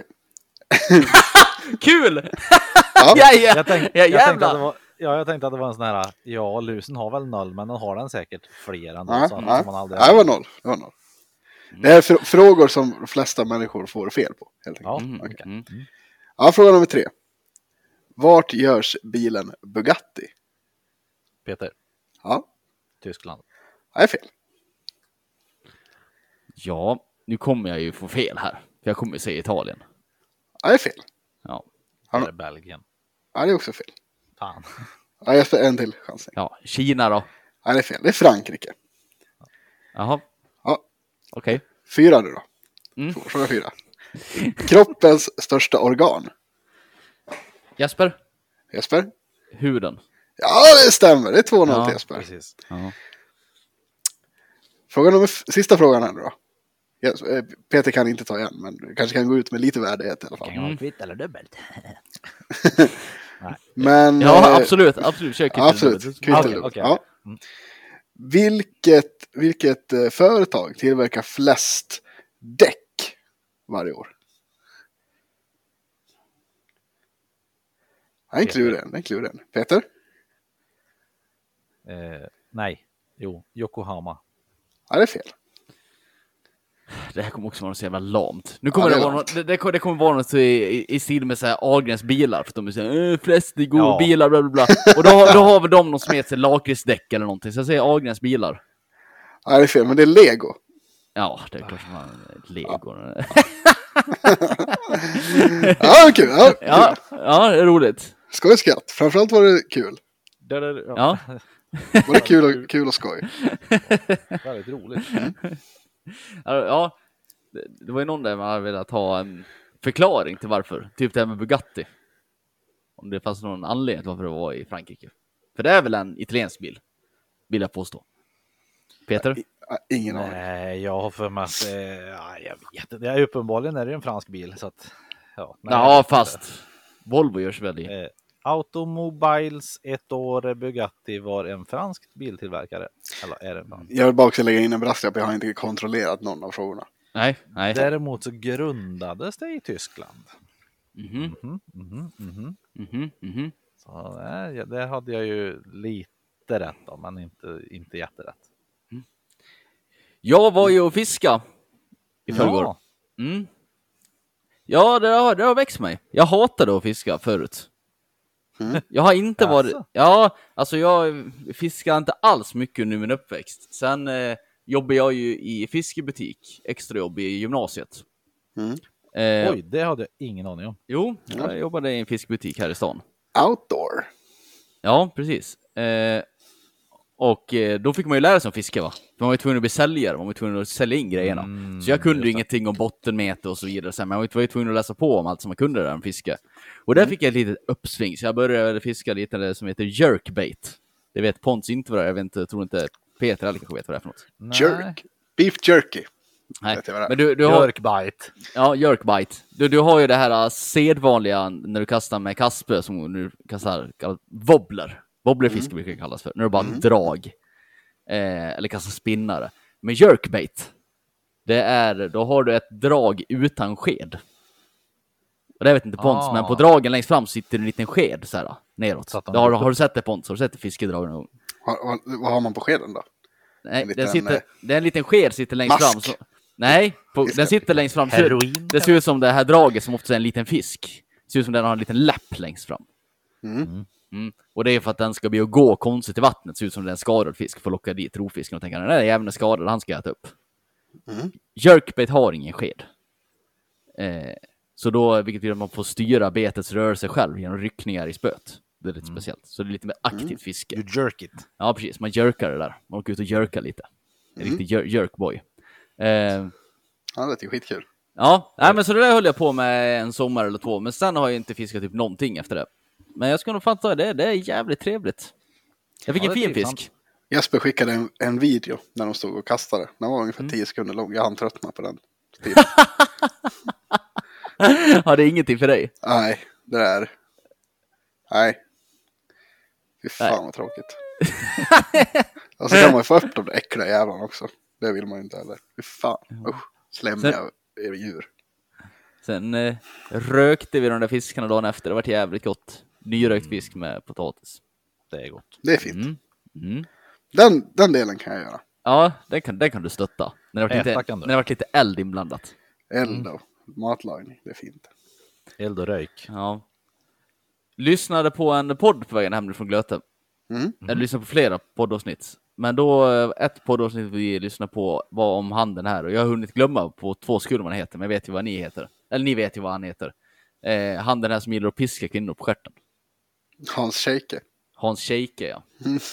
[SPEAKER 3] Kul!
[SPEAKER 1] Ja.
[SPEAKER 3] ja, ja.
[SPEAKER 4] Jag, tänk,
[SPEAKER 3] ja,
[SPEAKER 4] jag, tänkte
[SPEAKER 3] jävlar.
[SPEAKER 4] att det var, ja, jag tänkte att det var en sån här, ja, lusen har väl noll, men den har den säkert fler än
[SPEAKER 1] Nej,
[SPEAKER 4] det. Så,
[SPEAKER 1] nej.
[SPEAKER 4] som man aldrig
[SPEAKER 1] Nej, det var noll. Det var noll. Det är fr- frågor som de flesta människor får fel på. Helt enkelt.
[SPEAKER 4] Ja,
[SPEAKER 3] Mm,
[SPEAKER 4] okej.
[SPEAKER 3] mm.
[SPEAKER 1] Ja, fråga nummer tre. Vart görs bilen Bugatti?
[SPEAKER 4] Peter,
[SPEAKER 1] Ja,
[SPEAKER 4] Tyskland.
[SPEAKER 1] nej, fel.
[SPEAKER 3] Ja, nu kommer jag ju få fel här. För jag kommer ju säga Italien.
[SPEAKER 1] Nej, fel.
[SPEAKER 3] Ja,
[SPEAKER 1] Ja.
[SPEAKER 4] Eller Belgien.
[SPEAKER 1] Nej, det är också fel.
[SPEAKER 4] Fan.
[SPEAKER 1] Ja, Jesper, en till chansning.
[SPEAKER 3] ja. Kina då?
[SPEAKER 1] Nej, det är fel. Det är Frankrike.
[SPEAKER 3] Jaha,
[SPEAKER 1] Ja,
[SPEAKER 3] okej.
[SPEAKER 1] fyra nu då.
[SPEAKER 3] Mm.
[SPEAKER 1] Fråga fyra. Kroppens största organ.
[SPEAKER 3] Jesper?
[SPEAKER 1] Jesper?
[SPEAKER 3] Huden.
[SPEAKER 1] Ja, det stämmer. Det är två noll
[SPEAKER 3] Ja,
[SPEAKER 1] till Jesper.
[SPEAKER 4] Precis.
[SPEAKER 3] Ja.
[SPEAKER 1] Fråga nummer f- sista frågan här nu då. Yes, eh, Peter kan inte ta igen, men du kanske kan gå ut med lite värdighet i alla fall.
[SPEAKER 4] Kan vara kvitt eller dubbelt.
[SPEAKER 1] Men,
[SPEAKER 3] Ja,
[SPEAKER 1] eh,
[SPEAKER 3] absolut. Absolut. Kör kvitt eller
[SPEAKER 1] absolut.
[SPEAKER 3] dubbelt.
[SPEAKER 1] Kvitt eller
[SPEAKER 4] Okej,
[SPEAKER 1] dubbelt.
[SPEAKER 4] okej.
[SPEAKER 1] Ja.
[SPEAKER 4] Mm.
[SPEAKER 1] Vilket, vilket eh, företag tillverkar flest däck varje år? Det är en
[SPEAKER 4] Peter.
[SPEAKER 1] kluren. Det är en kluren. Peter?
[SPEAKER 4] Eh, nej. Jo, Yokohama.
[SPEAKER 1] Ja, det är fel.
[SPEAKER 3] Det här kommer också vara något så jävla lamt. Nu kommer
[SPEAKER 1] Ja, det
[SPEAKER 3] det,
[SPEAKER 1] är
[SPEAKER 3] vara
[SPEAKER 1] lamt.
[SPEAKER 3] något, det, det, kommer- det kommer vara något i, i, i stil med så här Ahlgrens bilar. För att de är såhär, äh, flest det går
[SPEAKER 4] Ja.
[SPEAKER 3] bilar, bla bla bla. Och då, har- då har vi de som heter lakritsdäck eller någonting. Så jag säger Ahlgrens bilar.
[SPEAKER 1] Ja, det är fel, men det är Lego.
[SPEAKER 3] Ja, det är klart som man Lego.
[SPEAKER 1] Ja, kul. Ja, kul.
[SPEAKER 3] Ja, ja, det är roligt.
[SPEAKER 1] Skoj skratt. Framförallt var det kul.
[SPEAKER 4] Det är
[SPEAKER 3] Ja.
[SPEAKER 1] Var det kul och, kul och skoj?
[SPEAKER 4] väldigt roligt.
[SPEAKER 3] Ja, det, det var ju någon där man hade velat ha en förklaring till varför. Typ det här med Bugatti. Om det fanns någon anledning till varför det var i Frankrike. För det är väl en italiensk bil, vill jag påstå. Peter?
[SPEAKER 1] Ja, ingen aning.
[SPEAKER 4] Nej, jag har för mig att, eh, ja, jag vet inte. Det är uppenbarligen är det ju en fransk bil. Så att, ja, nej, jag
[SPEAKER 3] Ja,
[SPEAKER 4] vet inte.
[SPEAKER 3] fast Volvo görs väl i.
[SPEAKER 4] Eh, Automobiles ett år Bugatti var en fransk biltillverkare. Eller är det en fransk?
[SPEAKER 1] Jag vill bara också lägga in en brasklapp. Jag har inte kontrollerat någon av frågorna.
[SPEAKER 3] Nej, nej.
[SPEAKER 4] Däremot så grundades det i Tyskland.
[SPEAKER 3] Mhm,
[SPEAKER 4] Mhm, mhm, mhm.
[SPEAKER 3] mhm, mhm.
[SPEAKER 4] Så nej, det hade jag ju lite rätt om, men inte, inte jätterätt.
[SPEAKER 3] Jag var ju och fiska i förrgår.
[SPEAKER 4] Ja,
[SPEAKER 3] Mm. Ja, det har, det har växt mig. Jag hatade att fiska förut.
[SPEAKER 1] Mm.
[SPEAKER 3] Jag har inte
[SPEAKER 4] Jaså?
[SPEAKER 3] varit... Ja, alltså jag fiskar inte alls mycket under min uppväxt. Sen eh, jobbar jag ju i fiskebutik, extrajobb i gymnasiet.
[SPEAKER 1] Mm.
[SPEAKER 3] Eh,
[SPEAKER 4] oj, det hade jag ingen aning om.
[SPEAKER 3] Jo, jag jobbade i en fiskebutik här i stan.
[SPEAKER 1] Outdoor.
[SPEAKER 3] Ja, precis. Eh, och eh, då fick man ju lära sig om fiske, va? Man var ju tvungen att bli säljare, man var ju tvungen att sälja in grejerna.
[SPEAKER 4] Mm,
[SPEAKER 3] så jag kunde ju
[SPEAKER 4] just det.
[SPEAKER 3] ingenting om bottenmete och så vidare. Så, men jag var ju tvungen att läsa på om allt som man kunde där om fiske. Och där fick jag ett litet uppsving, så jag började fiska lite det som heter jerkbait. Det vet Pons inte vad det är, jag vet inte, jag tror inte Peter eller kanske vet vad det är för något.
[SPEAKER 4] Nej.
[SPEAKER 1] Jerk. Beef jerky.
[SPEAKER 3] Nej,
[SPEAKER 1] Vet jag vad det är.
[SPEAKER 3] men du, du har...
[SPEAKER 4] Jerkbite.
[SPEAKER 3] Ja, jerkbite. Du, du har ju det här uh, sedvanliga när du kastar med kaspe som du kastar kallas wobbler. Wobblerfiske brukar det kallas för. När du bara drag. Eh, eller kastar spinnare. Men jerkbait, det är, då har du ett drag utan sked. Och det vet inte Pons,
[SPEAKER 4] Ah.
[SPEAKER 3] men på dragen längst fram sitter en liten sked så här, neråt.
[SPEAKER 4] Så att de-
[SPEAKER 3] Då har, har du sett det Pons? Har du sett det fiskedragen någon gång?
[SPEAKER 1] Vad, vad, vad har man på skeden då?
[SPEAKER 3] Nej,
[SPEAKER 1] En liten,
[SPEAKER 3] den sitter,
[SPEAKER 1] eh,
[SPEAKER 3] det är en liten sked sitter längst
[SPEAKER 1] mask.
[SPEAKER 3] fram. Så, nej, på,
[SPEAKER 1] Fiskar.
[SPEAKER 3] den sitter längst fram.
[SPEAKER 4] Heroin.
[SPEAKER 3] Det ser ut som det här draget som ofta är en liten fisk. Det ser ut som den har en liten läpp längst fram.
[SPEAKER 1] Mm.
[SPEAKER 3] Mm. Och det är för att den ska bli och gå konstigt i vattnet. Det ser ut som det är en skadad fisk för att locka dit rovfisken och tänka, den där jäveln är skadad, han ska äta upp.
[SPEAKER 1] Mm.
[SPEAKER 3] Jerkbait har ingen sked. Eh, så då, vilket gör att man får styra betets rörelse själv genom ryckningar i spöet. Det är lite
[SPEAKER 4] Mm.
[SPEAKER 3] speciellt. Så det är lite mer aktivt fiske.
[SPEAKER 4] You jerk it.
[SPEAKER 3] Ja, precis. Man jerkar det där. Man åker ut och jerkar lite. En
[SPEAKER 1] Mm.
[SPEAKER 3] riktig jer- jerkboy. Eh,
[SPEAKER 1] Ja, det låter ju skitkul.
[SPEAKER 3] ja, nej, men så det där höll jag på med en sommar eller två. Men sen har jag inte fiskat typ någonting efter det. Men jag ska nog fatta det. Det är jävligt trevligt. Jag fick
[SPEAKER 4] Ja,
[SPEAKER 3] en
[SPEAKER 4] det är
[SPEAKER 3] fin
[SPEAKER 4] trivsamt.
[SPEAKER 3] fisk.
[SPEAKER 1] Jesper skickade en, en video när de stod och kastade. Den var ungefär
[SPEAKER 3] Mm.
[SPEAKER 1] tio sekunder lång. Jag hann tröttna på den tiden.
[SPEAKER 3] Ja, det är ingenting för dig.
[SPEAKER 1] Nej, det där. Nej. Fy fan
[SPEAKER 3] Nej.
[SPEAKER 1] vad tråkigt. Och så kan man ju få upp de där äckliga jävlarna också. Det vill man ju inte heller. Fy fan. Usch. Slämmiga
[SPEAKER 3] Sen-
[SPEAKER 1] djur.
[SPEAKER 3] Sen eh, rökte vi de där fiskarna dagen efter. Det var jävligt gott. Nyrökt fisk med potatis.
[SPEAKER 4] Det är gott.
[SPEAKER 1] Det är fint.
[SPEAKER 3] Mm. Mm.
[SPEAKER 1] Den, den delen kan jag göra.
[SPEAKER 3] Ja, den kan, den kan du stötta. När det har varit
[SPEAKER 4] Äta
[SPEAKER 3] lite,
[SPEAKER 4] kan du.
[SPEAKER 3] när det har varit lite eld inblandat.
[SPEAKER 1] Eld och matlagning. Det är fint.
[SPEAKER 4] Eld och röjk.
[SPEAKER 3] Ja. Lyssnade på en podd på vägen hem från Glöte.
[SPEAKER 1] Mm.
[SPEAKER 3] Jag lyssnade på flera poddavsnitt. Men då, eh, ett poddavsnitt vi lyssnade på var om handen här. Och jag har hunnit glömma på två skulor vad han heter. Men jag vet ju vad ni heter. Eller ni vet ju vad han heter. Eh, handen här som gillar att piska kvinnor på stjärten.
[SPEAKER 1] Hans Scheike.
[SPEAKER 3] Hans Scheike, ja.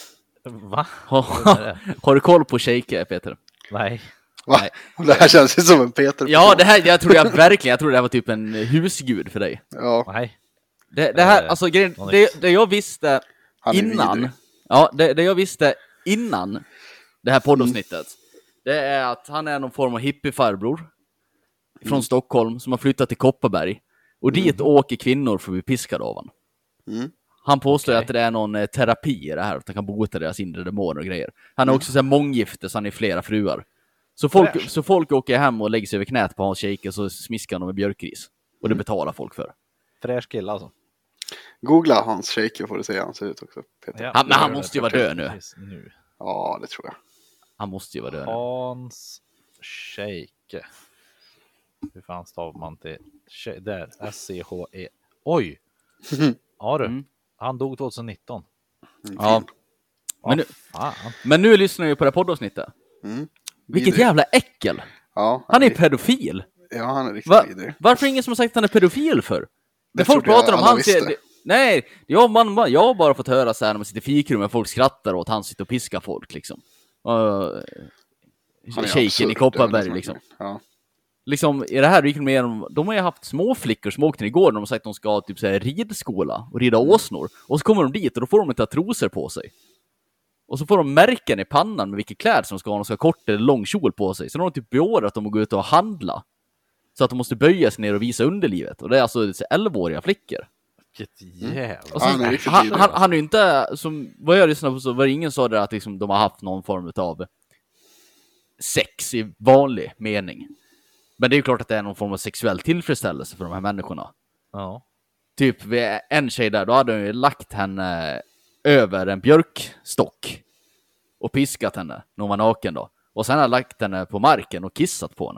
[SPEAKER 4] Va?
[SPEAKER 3] Har,
[SPEAKER 4] Vem är det?
[SPEAKER 3] har du koll på Scheike, Peter?
[SPEAKER 4] Nej.
[SPEAKER 1] Va?
[SPEAKER 3] Nej.
[SPEAKER 1] Det här känns ju som en Peter.
[SPEAKER 3] Ja, det här, jag tror jag verkligen, jag tror det här var typ en husgud för dig.
[SPEAKER 1] Ja,
[SPEAKER 4] Nej.
[SPEAKER 3] Det, det här,
[SPEAKER 4] Eh,
[SPEAKER 3] alltså grejen,
[SPEAKER 4] något
[SPEAKER 3] det, det jag visste
[SPEAKER 1] han är
[SPEAKER 3] innan,
[SPEAKER 1] vidrig.
[SPEAKER 3] ja, det, det jag visste innan det här poddavsnittet, det är att han är någon form av hippiefarbror från Stockholm som har flyttat till Kopparberg. Och dit åker kvinnor för att bli piskade av han.
[SPEAKER 1] Mm.
[SPEAKER 3] Han påstår
[SPEAKER 4] Okej.
[SPEAKER 3] att det är någon eh, terapi i det här, att han kan bota deras inre demoner och grejer. Han är också så här månggifte, så han är flera fruar. Så folk,
[SPEAKER 4] Fräscht.
[SPEAKER 3] så folk åker hem och lägger sig över knät på hans Scheike och så smiskar de med björkris. Och det betalar folk för.
[SPEAKER 4] Fräsch kille alltså.
[SPEAKER 1] Googla Hans Scheike får du se hur han ser ut också. Peter.
[SPEAKER 4] Ja,
[SPEAKER 3] Han- men han
[SPEAKER 4] det gör
[SPEAKER 3] måste ju
[SPEAKER 4] det
[SPEAKER 3] vara död nu.
[SPEAKER 4] precis nu.
[SPEAKER 1] Ja, det tror jag.
[SPEAKER 3] Han måste ju vara död.
[SPEAKER 4] Hans Scheike. Hur fan stavar man till Sche- där? S C H E. Oj! Ja du.
[SPEAKER 3] Mm.
[SPEAKER 4] Han dog tjugonitton.
[SPEAKER 3] Ja. Men nu,
[SPEAKER 4] Fan.
[SPEAKER 3] men nu lyssnar jag på det här poddavsnittet.
[SPEAKER 1] Mm.
[SPEAKER 3] Vilket
[SPEAKER 1] Vidrig.
[SPEAKER 3] jävla äckel!
[SPEAKER 1] Ja,
[SPEAKER 3] Han är pedofil!
[SPEAKER 1] Ja, han är riktigt
[SPEAKER 3] Va?
[SPEAKER 1] vidrig.
[SPEAKER 3] Varför är ingen som har sagt att han är pedofil för? När
[SPEAKER 1] Det
[SPEAKER 3] folk
[SPEAKER 1] trodde jag
[SPEAKER 3] pratar om
[SPEAKER 1] alla
[SPEAKER 3] han
[SPEAKER 1] visste.
[SPEAKER 3] ser, det, nej, jag, man, man, jag har bara fått höra så här när man sitter i fikrum och folk skrattar åt han sitter och piskar folk liksom. Uh,
[SPEAKER 1] Han är
[SPEAKER 3] Shaken
[SPEAKER 1] absurd,
[SPEAKER 3] i Kopparberg
[SPEAKER 1] det är
[SPEAKER 3] liksom.
[SPEAKER 1] Ja.
[SPEAKER 3] Liksom, i det här gick de igenom, de har ju haft små flickor som åkte igår när de har sagt att de ska ha typ så här ridskola och rida åsnor. Och så kommer de dit och då får de inte ha trosor på sig. Och så får de märken i pannan med vilka kläder som ska ha. De ska ha kort eller lång kjol på sig. Så de har typ beordrat dem att gå ut och handla. Så att de måste böja sig ner och visa underlivet. Och det är alltså elvaåriga flickor.
[SPEAKER 4] Vilket jävla...
[SPEAKER 3] Och sen,
[SPEAKER 1] Han är riktigt
[SPEAKER 3] han,
[SPEAKER 1] vidrig.
[SPEAKER 3] han, han är ju inte, som vad jag lyssnade på så var det ingen sa det att liksom, de har haft någon form av sex i vanlig mening. Men det är ju klart att det är någon form av sexuell tillfredsställelse för de här människorna.
[SPEAKER 4] Ja.
[SPEAKER 3] Typ vid en tjej där, då hade hon ju lagt henne över en björkstock och piskat henne när hon var naken då. Och sen har lagt henne på marken och kissat på henne.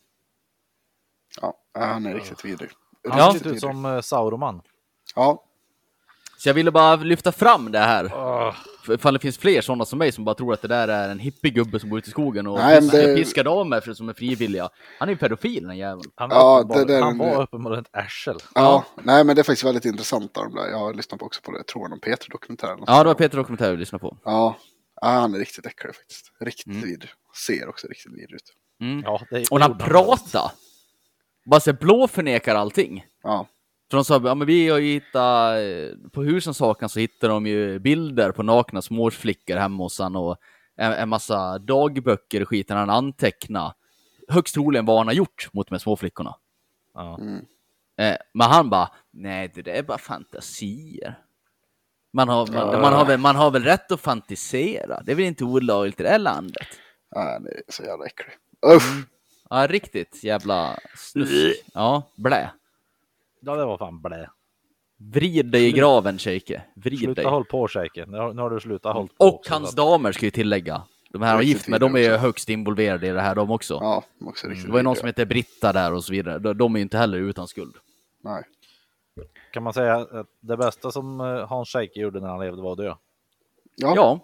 [SPEAKER 1] Ja, han är riktigt vidrig.
[SPEAKER 4] Han
[SPEAKER 3] Ja.
[SPEAKER 4] ser lite ut som uh, Sauroman.
[SPEAKER 1] Ja,
[SPEAKER 3] Så jag ville bara lyfta fram det här.
[SPEAKER 4] Oh.
[SPEAKER 3] För ifall det finns fler sådana som mig som bara tror att det där är en hippiegubbe som bor ute i skogen och
[SPEAKER 1] Nej, men
[SPEAKER 3] piskar,
[SPEAKER 1] det-
[SPEAKER 3] piskar damer för som är frivilliga. Han är ju pedofil, den jäveln.
[SPEAKER 4] Han var,
[SPEAKER 1] Ja,
[SPEAKER 4] uppenbar,
[SPEAKER 1] det där-
[SPEAKER 4] han var uppenbarligen ett arsel.
[SPEAKER 1] ja. Nej, men det är faktiskt väldigt intressant. Där, de där. Jag har lyssnat på också på det. Jag tror det är någon Peter-dokumentär.
[SPEAKER 3] Ja, det var Peter Dokumentär vi lyssnade på.
[SPEAKER 1] Ja. Ja, han är riktigt äcklig faktiskt. Riktigt
[SPEAKER 3] Mm.
[SPEAKER 1] vidrig. Ser också riktigt vidrig ut.
[SPEAKER 3] Mm.
[SPEAKER 4] Ja, det,
[SPEAKER 3] Och när han pratar, bara så här blåförnekar allting.
[SPEAKER 1] Ja.
[SPEAKER 3] För de sa, ja men vi har ju hittat, eh, på Husensaken så hittar de ju bilder på nakna småflickor hemma hos han och en, en massa dagböcker och skit när han antecknar högst troligen vad han har gjort mot de här småflickorna.
[SPEAKER 4] Ja.
[SPEAKER 1] Mm.
[SPEAKER 3] Eh, men han bara, nej det där är bara fantasier. Man har, man, man, har väl, man har väl rätt att fantisera. Det är väl inte olagligt i det här landet.
[SPEAKER 1] Ja, han är så jävla äcklig. Usch.
[SPEAKER 3] Ja, riktigt jävla snusk. Ja, blä.
[SPEAKER 4] ja, det var fan blä.
[SPEAKER 3] Vrid dig i graven, Scheike. Vrid
[SPEAKER 4] Sluta
[SPEAKER 3] dig.
[SPEAKER 4] håll på, Scheike. Nu har, nu har du slutat håll på.
[SPEAKER 3] Och
[SPEAKER 4] också,
[SPEAKER 3] hans
[SPEAKER 4] så
[SPEAKER 3] damer ska ju tillägga. De här har
[SPEAKER 1] Riktigt
[SPEAKER 3] gift med, de är ju
[SPEAKER 1] vidriga också.
[SPEAKER 3] högst involverade i det här de också.
[SPEAKER 1] Ja, de är också riktigt
[SPEAKER 3] Det var ju någon
[SPEAKER 1] vidriga.
[SPEAKER 3] som heter Britta där och så vidare. De, de är ju inte heller utan skuld.
[SPEAKER 1] Nej.
[SPEAKER 4] att- Kan man säga att det bästa som eh, Hans Scheike gjorde när han levde var att dö?
[SPEAKER 1] Ja,
[SPEAKER 3] Ja,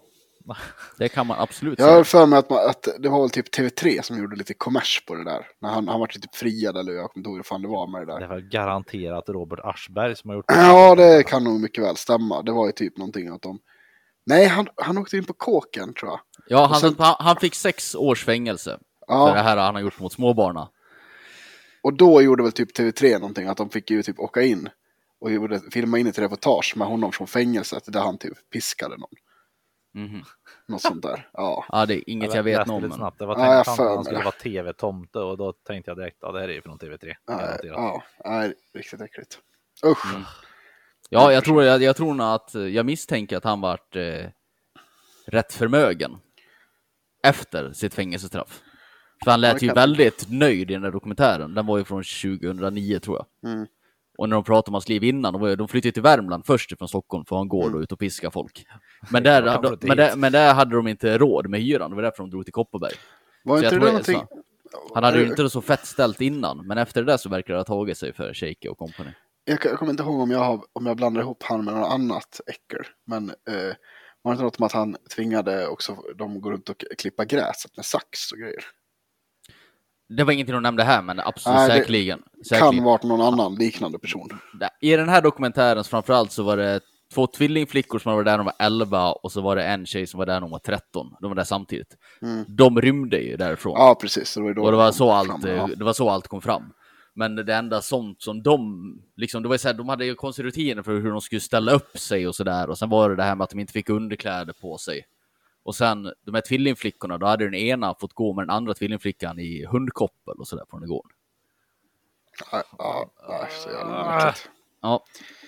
[SPEAKER 3] Det kan man absolut
[SPEAKER 1] Jag har
[SPEAKER 3] säga.
[SPEAKER 1] för mig att, man, att det var väl typ T V tre som gjorde lite kommers på det där. När han, han var typ friad eller jag kommer inte ihåg hur fan det var med det där.
[SPEAKER 4] Det var garanterat Robert Aschberg som har gjort det.
[SPEAKER 1] Ja, det kan nog mycket väl stämma. Det var ju typ någonting att de... Nej, han, han åkte in på kåken tror jag.
[SPEAKER 3] Ja, han,
[SPEAKER 1] sen-
[SPEAKER 3] han, han fick sex års fängelse
[SPEAKER 1] Ja.
[SPEAKER 3] för det här han har gjort mot småbarna.
[SPEAKER 1] Och då gjorde väl typ T V tre någonting att de fick ju typ åka in och gjorde, filma in ett reportage med honom från fängelset där han typ piskade någon.
[SPEAKER 3] Mhm.
[SPEAKER 1] Något sånt där. Ja.
[SPEAKER 3] Ja, det är inget jag vet
[SPEAKER 4] läste
[SPEAKER 3] om.
[SPEAKER 4] lite
[SPEAKER 3] Men...
[SPEAKER 4] snabbt. Det var
[SPEAKER 1] Ja,
[SPEAKER 4] tänkt
[SPEAKER 1] jag
[SPEAKER 4] att han,
[SPEAKER 1] för
[SPEAKER 4] han
[SPEAKER 1] mig
[SPEAKER 4] skulle
[SPEAKER 1] det.
[SPEAKER 4] vara tv-tomte och då tänkte jag direkt, ja det här är ju från T V tre.
[SPEAKER 1] Ja,
[SPEAKER 4] Garanterat.
[SPEAKER 1] ja, nej, riktigt äckligt. Usch.
[SPEAKER 3] Ja, jag tror, jag, jag tror nog att jag misstänker att han vart eh, rätt förmögen efter sitt fängelsestraff. För han
[SPEAKER 1] Ja,
[SPEAKER 3] lät
[SPEAKER 1] det
[SPEAKER 3] ju
[SPEAKER 1] kan-
[SPEAKER 3] väldigt nöjd i den där dokumentären. Den var ju från tjugohundraniio tror jag.
[SPEAKER 1] Mm.
[SPEAKER 3] Och när de pratade om hans liv innan, de, var, ju- de flyttade till Värmland först från Stockholm för han går
[SPEAKER 1] Mm.
[SPEAKER 3] och ut och piska folk. Men där,
[SPEAKER 4] Jag kan
[SPEAKER 3] de,
[SPEAKER 4] flytta
[SPEAKER 3] men, där,
[SPEAKER 4] hit.
[SPEAKER 3] men där hade de inte råd med hyran, det var därför de drog till Kopparberg.
[SPEAKER 1] Var
[SPEAKER 3] Så
[SPEAKER 1] inte
[SPEAKER 3] jag
[SPEAKER 1] det
[SPEAKER 3] tror-
[SPEAKER 1] någonting?
[SPEAKER 3] Han hade ju inte det så fett ställt innan, men efter det där så verkar det ha tagit sig för Sheikh och company.
[SPEAKER 1] Jag, jag kommer inte ihåg om jag, har, om jag blandar ihop han med något annat äckel. Men eh, var det inte något om att han tvingade också de går runt och klippa gräset med sax och grejer?
[SPEAKER 3] Det var ingenting de nämnde här, men absolut
[SPEAKER 1] Nej, det
[SPEAKER 3] säkerligen. säkerligen.
[SPEAKER 1] Kan vara någon annan liknande person.
[SPEAKER 3] I den här dokumentären framförallt så var det två tvillingflickor som var där när de var elva och så var det en tjej som var där när de var tretton. De var där samtidigt.
[SPEAKER 1] Mm.
[SPEAKER 3] De rymde ju därifrån.
[SPEAKER 1] Ja, precis. Det var, ju då
[SPEAKER 3] och det var,
[SPEAKER 1] kom
[SPEAKER 3] så allt,
[SPEAKER 1] fram, ja.
[SPEAKER 3] det var så allt kom fram. Men det enda sånt som de, liksom, det var så här, de hade ju konstiga rutiner för hur de skulle ställa upp sig och sådär. Och sen var det det här med att de inte fick underkläder på sig. Och sen, de här tvillingflickorna, då hade den ena fått gå med den andra tvillingflickan i hundkoppel och sådär på den gården.
[SPEAKER 1] Ja, ja, ja, så jävla märkligt.
[SPEAKER 3] Ja,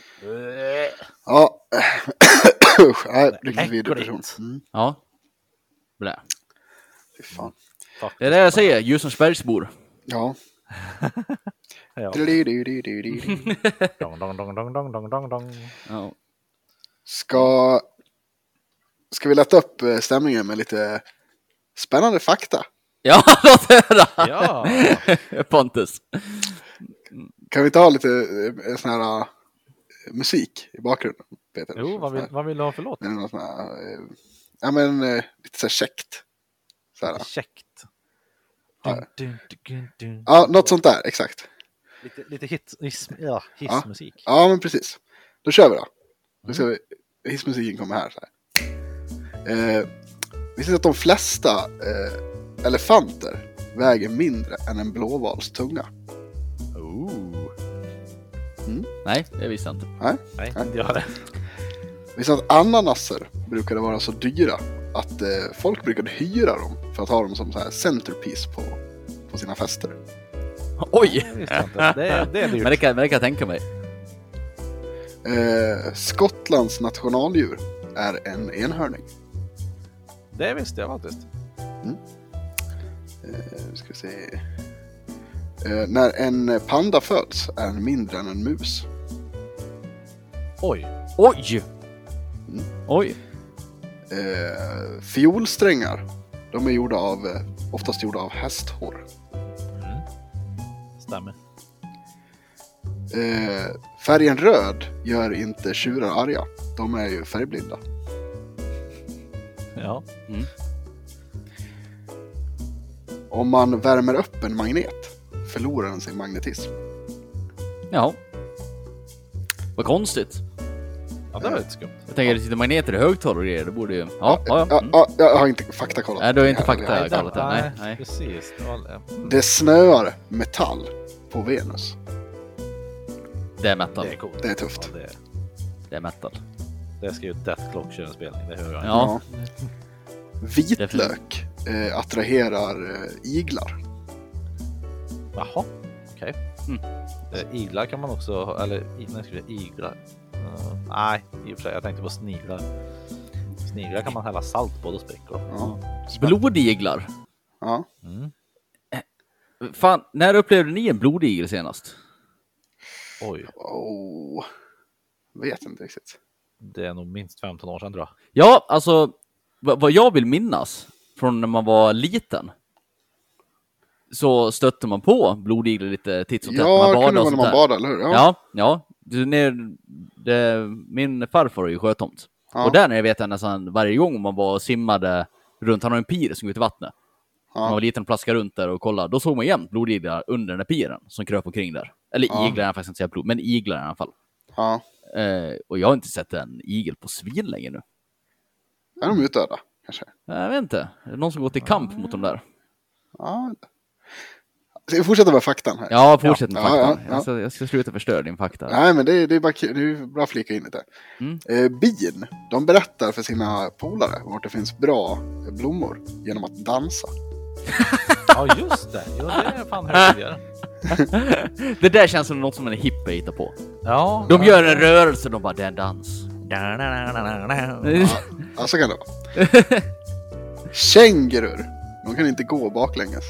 [SPEAKER 1] Ja, usch, nej, riktigt vidrig person.
[SPEAKER 4] Äckligt.
[SPEAKER 1] Mm,
[SPEAKER 3] ja. Blä.
[SPEAKER 1] fy fan.
[SPEAKER 3] Det är det jag säger, Ljusnarsbergsbor.
[SPEAKER 1] Ja.
[SPEAKER 4] Ja.
[SPEAKER 1] Du-du-du-du-du-du.
[SPEAKER 4] Dong, dong, dong, dong, dong, dong, dong, dong.
[SPEAKER 3] Ja.
[SPEAKER 1] Ska, ska vi lätta upp eh, stämningen med lite spännande fakta?
[SPEAKER 3] Ja, låt höra!
[SPEAKER 4] Ja.
[SPEAKER 3] Pontus.
[SPEAKER 1] Kan vi inte ha lite eh, sån här eh, musik i bakgrunden, Peter?
[SPEAKER 4] Jo, vad vill, vad vill du ha för låt?
[SPEAKER 1] Eller någon sån här, eh, ja men eh, lite så här käckt. Så här.
[SPEAKER 4] Käckt.
[SPEAKER 1] Ja.
[SPEAKER 4] Dun, dun, dun, dun.
[SPEAKER 1] Ja, något sånt där, exakt.
[SPEAKER 4] Lite, lite hit, hiss, ja, hissmusik.
[SPEAKER 1] Ja, men precis. Då kör vi då. Då ska vi, hissmusiken kommer här. Så här. Eh, vi ser att de flesta eh, elefanter väger mindre än en blåvals tunga.
[SPEAKER 4] Ooh.
[SPEAKER 3] Nej, det visste jag inte.
[SPEAKER 1] Nej?
[SPEAKER 4] Nej, inte jag det.
[SPEAKER 1] Vi ser att ananaser brukade vara så dyra att eh, folk brukade hyra dem för att ha dem som så här centerpiece på, på sina fester.
[SPEAKER 3] Oj!
[SPEAKER 4] Det visste jag inte. Det, är- det är dyrt.
[SPEAKER 3] Men det kan, men det kan jag tänka mig.
[SPEAKER 1] Eh, Skottlands nationaldjur är en enhörning.
[SPEAKER 4] Det visste jag faktiskt.
[SPEAKER 1] Eh, nu ska vi se. Eh, när en panda föds är den mindre än en mus.
[SPEAKER 4] Oj.
[SPEAKER 3] Oj!
[SPEAKER 1] Mm.
[SPEAKER 3] Oj!
[SPEAKER 1] Eh, fiolsträngar, de är gjorda av, eh, oftast gjorda av hästhår.
[SPEAKER 4] Stämmer.
[SPEAKER 1] Eh, färgen röd gör inte tjurar arga. De är ju färgblinda.
[SPEAKER 4] Ja.
[SPEAKER 1] Om man värmer upp en magnet förlorar den sin magnetism.
[SPEAKER 3] Ja. Vad konstigt.
[SPEAKER 4] Ja, det var lite skumt.
[SPEAKER 3] Jag tänker att det sitter magneter i högtalare och grejer. Det borde ju... Ja, ja, ja.
[SPEAKER 1] Ja,
[SPEAKER 3] Mm.
[SPEAKER 1] ja, jag har inte faktakollat.
[SPEAKER 3] Nej, du har inte
[SPEAKER 1] Ja,
[SPEAKER 3] fakta.
[SPEAKER 1] ja.
[SPEAKER 3] Jag kallat det. Nej, nej.
[SPEAKER 4] Precis. Det, var, mm.
[SPEAKER 1] Det snöar metall på Venus.
[SPEAKER 3] Det är metal.
[SPEAKER 4] det är coolt.
[SPEAKER 1] Det är tufft.
[SPEAKER 4] Ja, det,
[SPEAKER 3] Det är metal.
[SPEAKER 4] det ska ju Death Clock köra en spelning, det hör jag.
[SPEAKER 3] Ja.
[SPEAKER 1] Vitlök eh, attraherar eh, iglar.
[SPEAKER 4] Jaha, okej.
[SPEAKER 3] Mm.
[SPEAKER 4] Eh, Iglar kan man också ha, eller i- nej, ska vi säga iglar. Uh, nej, i och för sig, jag tänkte på sniglar. Sniglar kan man hälla salt på, då spricker de.
[SPEAKER 1] Ja.
[SPEAKER 3] Blodiglar.
[SPEAKER 1] Ja.
[SPEAKER 4] Mm.
[SPEAKER 3] Fan, när upplevde ni en blodigel senast?
[SPEAKER 4] Oj,
[SPEAKER 1] Oh. Vet inte riktigt.
[SPEAKER 4] det är nog minst femton år sedan tror jag.
[SPEAKER 3] Ja, alltså vad, vad jag vill minnas från när man var liten så stötte man på blodiglar lite titt som tätt
[SPEAKER 1] Ja,
[SPEAKER 3] när man
[SPEAKER 1] kunde
[SPEAKER 3] badade och
[SPEAKER 1] man när
[SPEAKER 3] sånt
[SPEAKER 1] man
[SPEAKER 3] där.
[SPEAKER 1] badade, eller hur? Ja.
[SPEAKER 3] Ja, ja. Du, ner, det, min farfar är ju sjötomt.
[SPEAKER 1] Ja.
[SPEAKER 3] Och där när jag vet jag nästan varje gång man var och simmade runt, han har en pir som går ut i vattnet.
[SPEAKER 1] Ja.
[SPEAKER 3] Man var liten och plaskade runt där och kollade. Då såg man jämt blodiglar under den där piren som kröp omkring där. Eller
[SPEAKER 1] Ja.
[SPEAKER 3] iglar, jag faktiskt inte säga blod, men iglar i alla fall.
[SPEAKER 1] Ja.
[SPEAKER 3] Eh, och jag har inte sett en igel på svin länge nu.
[SPEAKER 1] Är de utdöda kanske?
[SPEAKER 3] Jag vet inte. Är det någon som gått i kamp mot dem där?
[SPEAKER 1] Ja. Ska vi fortsätta med faktan här?
[SPEAKER 3] Ja, fortsätt med
[SPEAKER 1] Ja,
[SPEAKER 3] faktan.
[SPEAKER 1] ja, ja.
[SPEAKER 3] Jag, ska, jag ska sluta förstöra din fakta.
[SPEAKER 1] Nej, men det, är- det är bara kul. Det är bra att flika in lite.
[SPEAKER 3] Mm.
[SPEAKER 1] Eh, bin, de berättar för sina polare vart det finns bra blommor genom att dansa.
[SPEAKER 4] Ja, just det. Jo, det är fan hört tidigare.
[SPEAKER 3] Det där känns som något som en hippie hittar på.
[SPEAKER 4] Ja.
[SPEAKER 3] De gör en rörelse, de bara, det är en dans.
[SPEAKER 1] Ja, så kan det vara. Kängurur, de kan inte gå baklänges.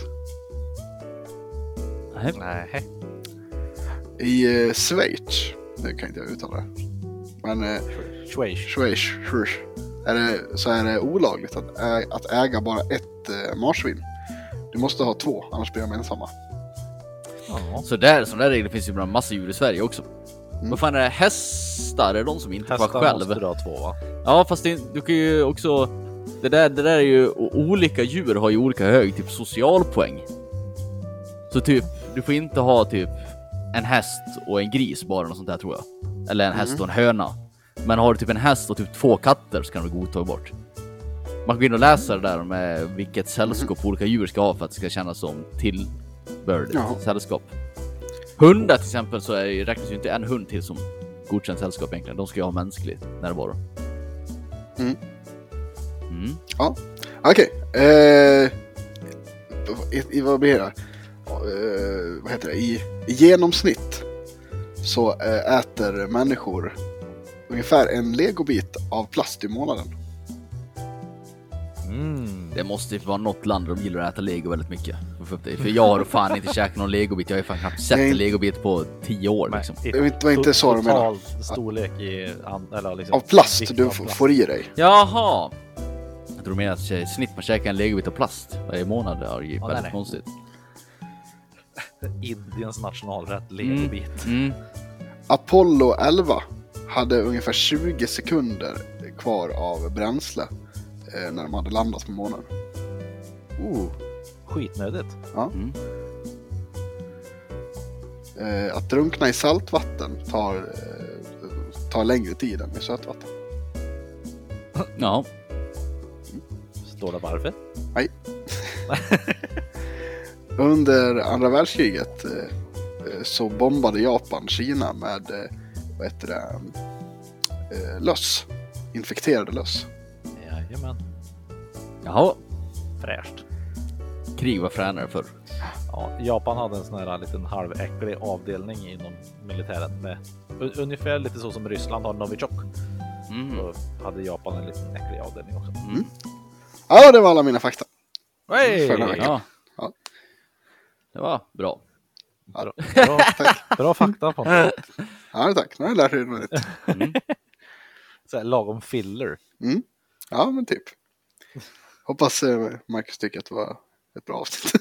[SPEAKER 3] Nej.
[SPEAKER 4] Nej.
[SPEAKER 1] I eh, Schweiz, det kan inte jag uttala det. Men eh,
[SPEAKER 4] Schweiz.
[SPEAKER 1] Schweiz, Schweiz, är det, så är det olagligt att, ä, att äga bara ett eh, marsvin. Du måste ha två, annars blir de ensamma.
[SPEAKER 4] Ja.
[SPEAKER 3] Så där, sådana där regler finns ju bland massa djur i Sverige också.
[SPEAKER 1] Mm.
[SPEAKER 3] Vad fan är det? Hästar? Är det de som inte får
[SPEAKER 4] Hästar
[SPEAKER 3] själv?
[SPEAKER 4] måste du ha två, va?
[SPEAKER 3] Ja, fast det, du kan ju också... Det där, det där är ju... o- Olika djur har ju olika hög typ socialpoäng. Så typ, du får inte ha typ en häst och en gris bara, något sånt där tror jag. Eller en häst och en höna. Men har du typ en häst och typ två katter så kan du godta bort. Man kan gå in och läsa det där med vilket sällskap olika djur ska ha för att det ska kännas som tillbörligt
[SPEAKER 1] Jaha.
[SPEAKER 3] sällskap. Hundar till exempel, så är det, räknas ju inte en hund till som godkänt sällskap egentligen. De ska ju ha mänsklig närvaro.
[SPEAKER 1] Mm.
[SPEAKER 3] Mm.
[SPEAKER 1] Ja, okej. Eh, i, i vad blir det? Eh, vad heter det? I, I genomsnitt så eh, äter människor ungefär en legobit av plast i månaden.
[SPEAKER 4] Mm.
[SPEAKER 3] Det måste ju vara något land där de gillar att äta lego väldigt mycket. För jag har fan inte käkat någon legobit. Jag har ju fan knappt sett
[SPEAKER 1] Nej.
[SPEAKER 3] en legobit på tio år liksom.
[SPEAKER 4] I
[SPEAKER 1] Det var inte- det var inte så de menade.
[SPEAKER 4] total storlek i... An, eller liksom,
[SPEAKER 1] Av plast
[SPEAKER 4] vikt
[SPEAKER 1] du
[SPEAKER 4] av
[SPEAKER 1] f-
[SPEAKER 4] plast.
[SPEAKER 1] får i dig.
[SPEAKER 3] Jaha! Jag tror mer att i snitt man käkar en legobit av plast varje månad. Det är ju
[SPEAKER 4] Ja,
[SPEAKER 3] väldigt
[SPEAKER 4] nej, nej.
[SPEAKER 3] konstigt.
[SPEAKER 4] Indiens nationalrätt, legobit.
[SPEAKER 3] Mm.
[SPEAKER 1] Apollo elva hade ungefär tjugo sekunder kvar av bränsle eh, när de hade landat på månen.
[SPEAKER 4] Oh, skitnödigt.
[SPEAKER 3] Mm.
[SPEAKER 1] Eh, att drunkna i saltvatten tar, eh, tar längre tid än i sötvatten.
[SPEAKER 3] Ja.
[SPEAKER 4] Står det varför?
[SPEAKER 1] Under andra världskriget eh, eh, så bombade Japan Kina med eh, vad heter det, eh, löss. Infekterade löss.
[SPEAKER 4] Jajamän.
[SPEAKER 3] Jaha.
[SPEAKER 4] Fräscht.
[SPEAKER 3] Krig var fränare förr.
[SPEAKER 4] Ja, Japan hade en sån här liten halväcklig avdelning inom militären med un- ungefär lite så som Ryssland har Novichok.
[SPEAKER 3] Mm.
[SPEAKER 4] Så hade Japan en liten äcklig avdelning också.
[SPEAKER 3] Mm.
[SPEAKER 1] Ja, det var alla mina fakta.
[SPEAKER 4] Hey!
[SPEAKER 1] För den här veckan.
[SPEAKER 3] Ja.
[SPEAKER 1] Ja.
[SPEAKER 3] Det var bra.
[SPEAKER 4] Bra, bra, bra fakta på det.
[SPEAKER 1] Ja, tack. Nu har jag lärt dig något nytt.
[SPEAKER 3] Mm.
[SPEAKER 4] Så här, lagom filler.
[SPEAKER 1] Mm. Ja, men typ. Hoppas eh, Marcus tycker att det var ett bra avsnitt.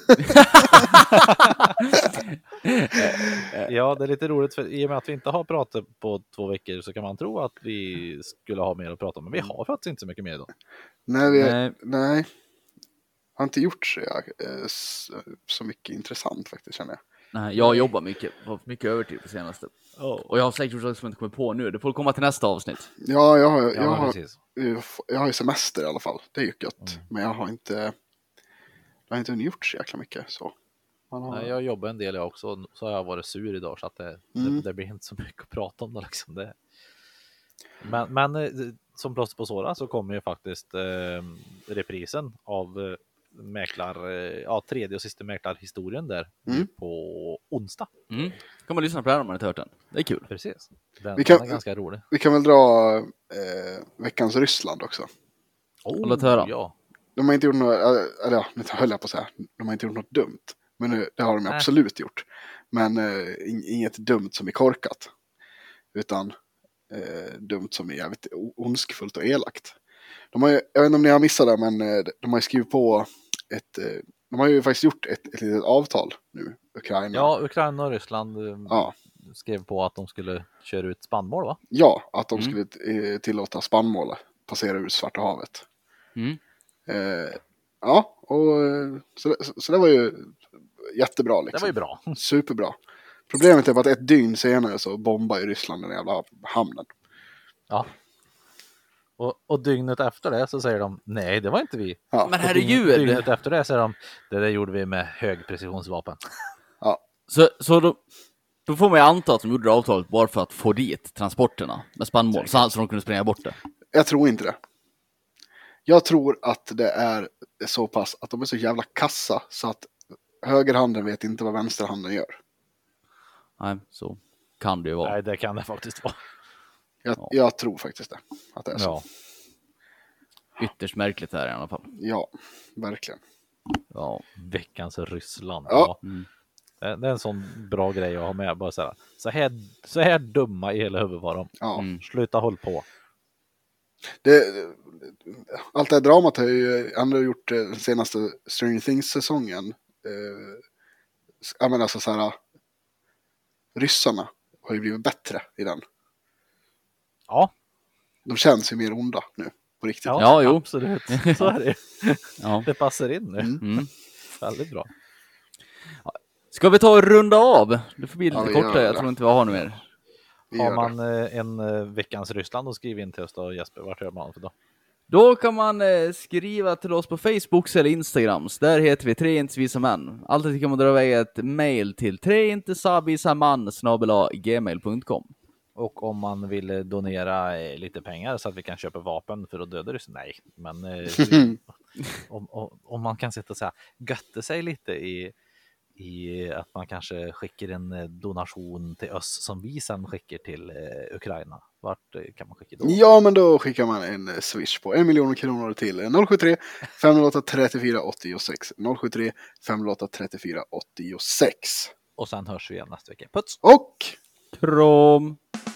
[SPEAKER 4] Ja, det är lite roligt för i och med att vi inte har pratat på två veckor så kan man tro att vi skulle ha mer att prata om. Men vi har faktiskt inte så mycket mer idag.
[SPEAKER 1] nej, vi,
[SPEAKER 3] Nej.
[SPEAKER 1] nej. Har inte gjort så, jag, eh, så, så mycket intressant faktiskt, känner jag.
[SPEAKER 3] Nej, jag jobbar mycket. Har haft mycket övertid på senaste. Och jag har säkert gjort saker som jag inte kommer på nu. Det får komma till nästa avsnitt.
[SPEAKER 1] Ja, jag har, jag,
[SPEAKER 4] Ja,
[SPEAKER 1] har,
[SPEAKER 4] precis.
[SPEAKER 1] jag har ju semester i alla fall. Det är ju gött.
[SPEAKER 4] Mm.
[SPEAKER 1] Men jag har inte jag har inte hunnit gjort så jäkla mycket. Så. Man har,
[SPEAKER 4] Nej, jag jobbar en del jag också. Så har jag varit sur idag så att det,
[SPEAKER 1] Mm.
[SPEAKER 4] det, det blir inte så mycket att prata om det liksom. Det. Men, men eh, som plåster på såra så kommer ju faktiskt eh, reprisen av eh, mäklar, eh, ja, tredje och sista mäklarhistorien där
[SPEAKER 1] Mm.
[SPEAKER 4] på onsdag.
[SPEAKER 3] Mm. Kan man lyssna på det här om man inte hört den. Det är kul.
[SPEAKER 4] Precis. Den,
[SPEAKER 1] Vi kan-
[SPEAKER 4] den är ganska rolig.
[SPEAKER 1] Vi kan väl dra eh, veckans Ryssland också.
[SPEAKER 4] Oh,
[SPEAKER 3] Låt höra.
[SPEAKER 4] Ja.
[SPEAKER 1] De har inte gjort något, eller ja, nu höll jag på att säga. De har inte gjort något dumt. Men nu, det har de
[SPEAKER 4] Nej.
[SPEAKER 1] absolut gjort. Men eh, in, inget dumt som är korkat. Utan eh, dumt som är jävligt o- ondskefullt och elakt. De har ju, jag vet inte om ni har missat det, men eh, de har ju skrivit på ett, eh, de har ju faktiskt gjort ett, ett litet avtal nu, Ukraina.
[SPEAKER 4] ja, Ukraina och Ryssland eh,
[SPEAKER 1] Ja.
[SPEAKER 4] skrev på att de skulle köra ut spannmål, va?
[SPEAKER 1] Ja, att de
[SPEAKER 3] Mm.
[SPEAKER 1] skulle eh, tillåta spannmål passera ur Svarta havet.
[SPEAKER 3] Mm.
[SPEAKER 1] Eh, ja, och eh, så, så, så det var ju jättebra liksom.
[SPEAKER 4] Det var ju bra.
[SPEAKER 1] Superbra. Problemet är bara att ett dygn senare så bombar ju Ryssland den jävla hamnen.
[SPEAKER 4] Ja. Och, och dygnet efter det så säger de, nej det var inte vi.
[SPEAKER 1] Ja.
[SPEAKER 3] Men
[SPEAKER 4] Och
[SPEAKER 3] herregud!
[SPEAKER 4] Dygnet, dygnet efter det säger de, det där gjorde vi med högprecisionsvapen.
[SPEAKER 1] Ja.
[SPEAKER 3] Så, så då, då får man ju anta att de gjorde avtalet bara för att få dit transporterna med spannmål, så, så de kunde spränga bort det.
[SPEAKER 1] Jag tror inte det. Jag tror att det är så pass att de är så jävla kassa så att högerhanden vet inte vad vänsterhanden gör.
[SPEAKER 3] Nej, så kan det ju vara.
[SPEAKER 4] Nej, det kan det faktiskt vara.
[SPEAKER 1] Jag,
[SPEAKER 3] Ja.
[SPEAKER 1] jag tror faktiskt det. Att det är så.
[SPEAKER 4] Ja.
[SPEAKER 3] Ytterst märkligt här i alla fall.
[SPEAKER 1] Ja, verkligen.
[SPEAKER 3] Ja.
[SPEAKER 4] Veckans Ryssland.
[SPEAKER 1] Ja.
[SPEAKER 4] Ja. Mm. Det, det är en sån bra grej att ha med. Bara så här, så här, så här dumma i hela huvudet var de.
[SPEAKER 1] Ja.
[SPEAKER 3] Mm.
[SPEAKER 4] Sluta håll på.
[SPEAKER 1] Det, allt det här dramat har ju ändå gjort den senaste Stranger Things-säsongen. Eh, jag menar alltså så här, ryssarna har ju blivit bättre i den.
[SPEAKER 4] Ja,
[SPEAKER 1] De känns ju mer onda nu, på riktigt.
[SPEAKER 4] ja,
[SPEAKER 3] Ja, jo.
[SPEAKER 4] absolut. Så är det.
[SPEAKER 3] Ja.
[SPEAKER 4] Det passar in nu.
[SPEAKER 3] Mm.
[SPEAKER 4] Väldigt bra.
[SPEAKER 3] Ska vi ta och runda av? Det får bli lite
[SPEAKER 1] Ja, vi
[SPEAKER 3] kortare.
[SPEAKER 1] gör
[SPEAKER 3] Jag
[SPEAKER 1] det.
[SPEAKER 3] tror inte vi har något mer.
[SPEAKER 1] Vi
[SPEAKER 4] Har
[SPEAKER 1] gör
[SPEAKER 4] man eh, en eh, veckans Ryssland och skriv in till oss då, Jesper, vart hör man för då?
[SPEAKER 3] Då kan man eh, skriva till oss på Facebook eller Instagram. Där heter vi Tre inte visa män. Alltid kan man dra iväg ett mail till treintesabisaman snabel-a gmail punkt com.
[SPEAKER 4] Och om man vill eh, donera eh, lite pengar så att vi kan köpa vapen för att döda ryssen, nej. Men eh, vi, om, om, om man kan sitta och säga, götte sig lite i, i att man kanske skickar en eh, donation till oss som vi sen skickar till eh, Ukraina. Vart eh, kan man skicka då?
[SPEAKER 1] Ja, men då skickar man en eh, swish på en miljon kronor till noll sju tre fem noll åtta tre fyra åtta sex. noll sju tre fem noll åtta tre fyra åtta sex.
[SPEAKER 4] Och sen hörs vi igen nästa vecka. Puts!
[SPEAKER 1] Och
[SPEAKER 3] Kram!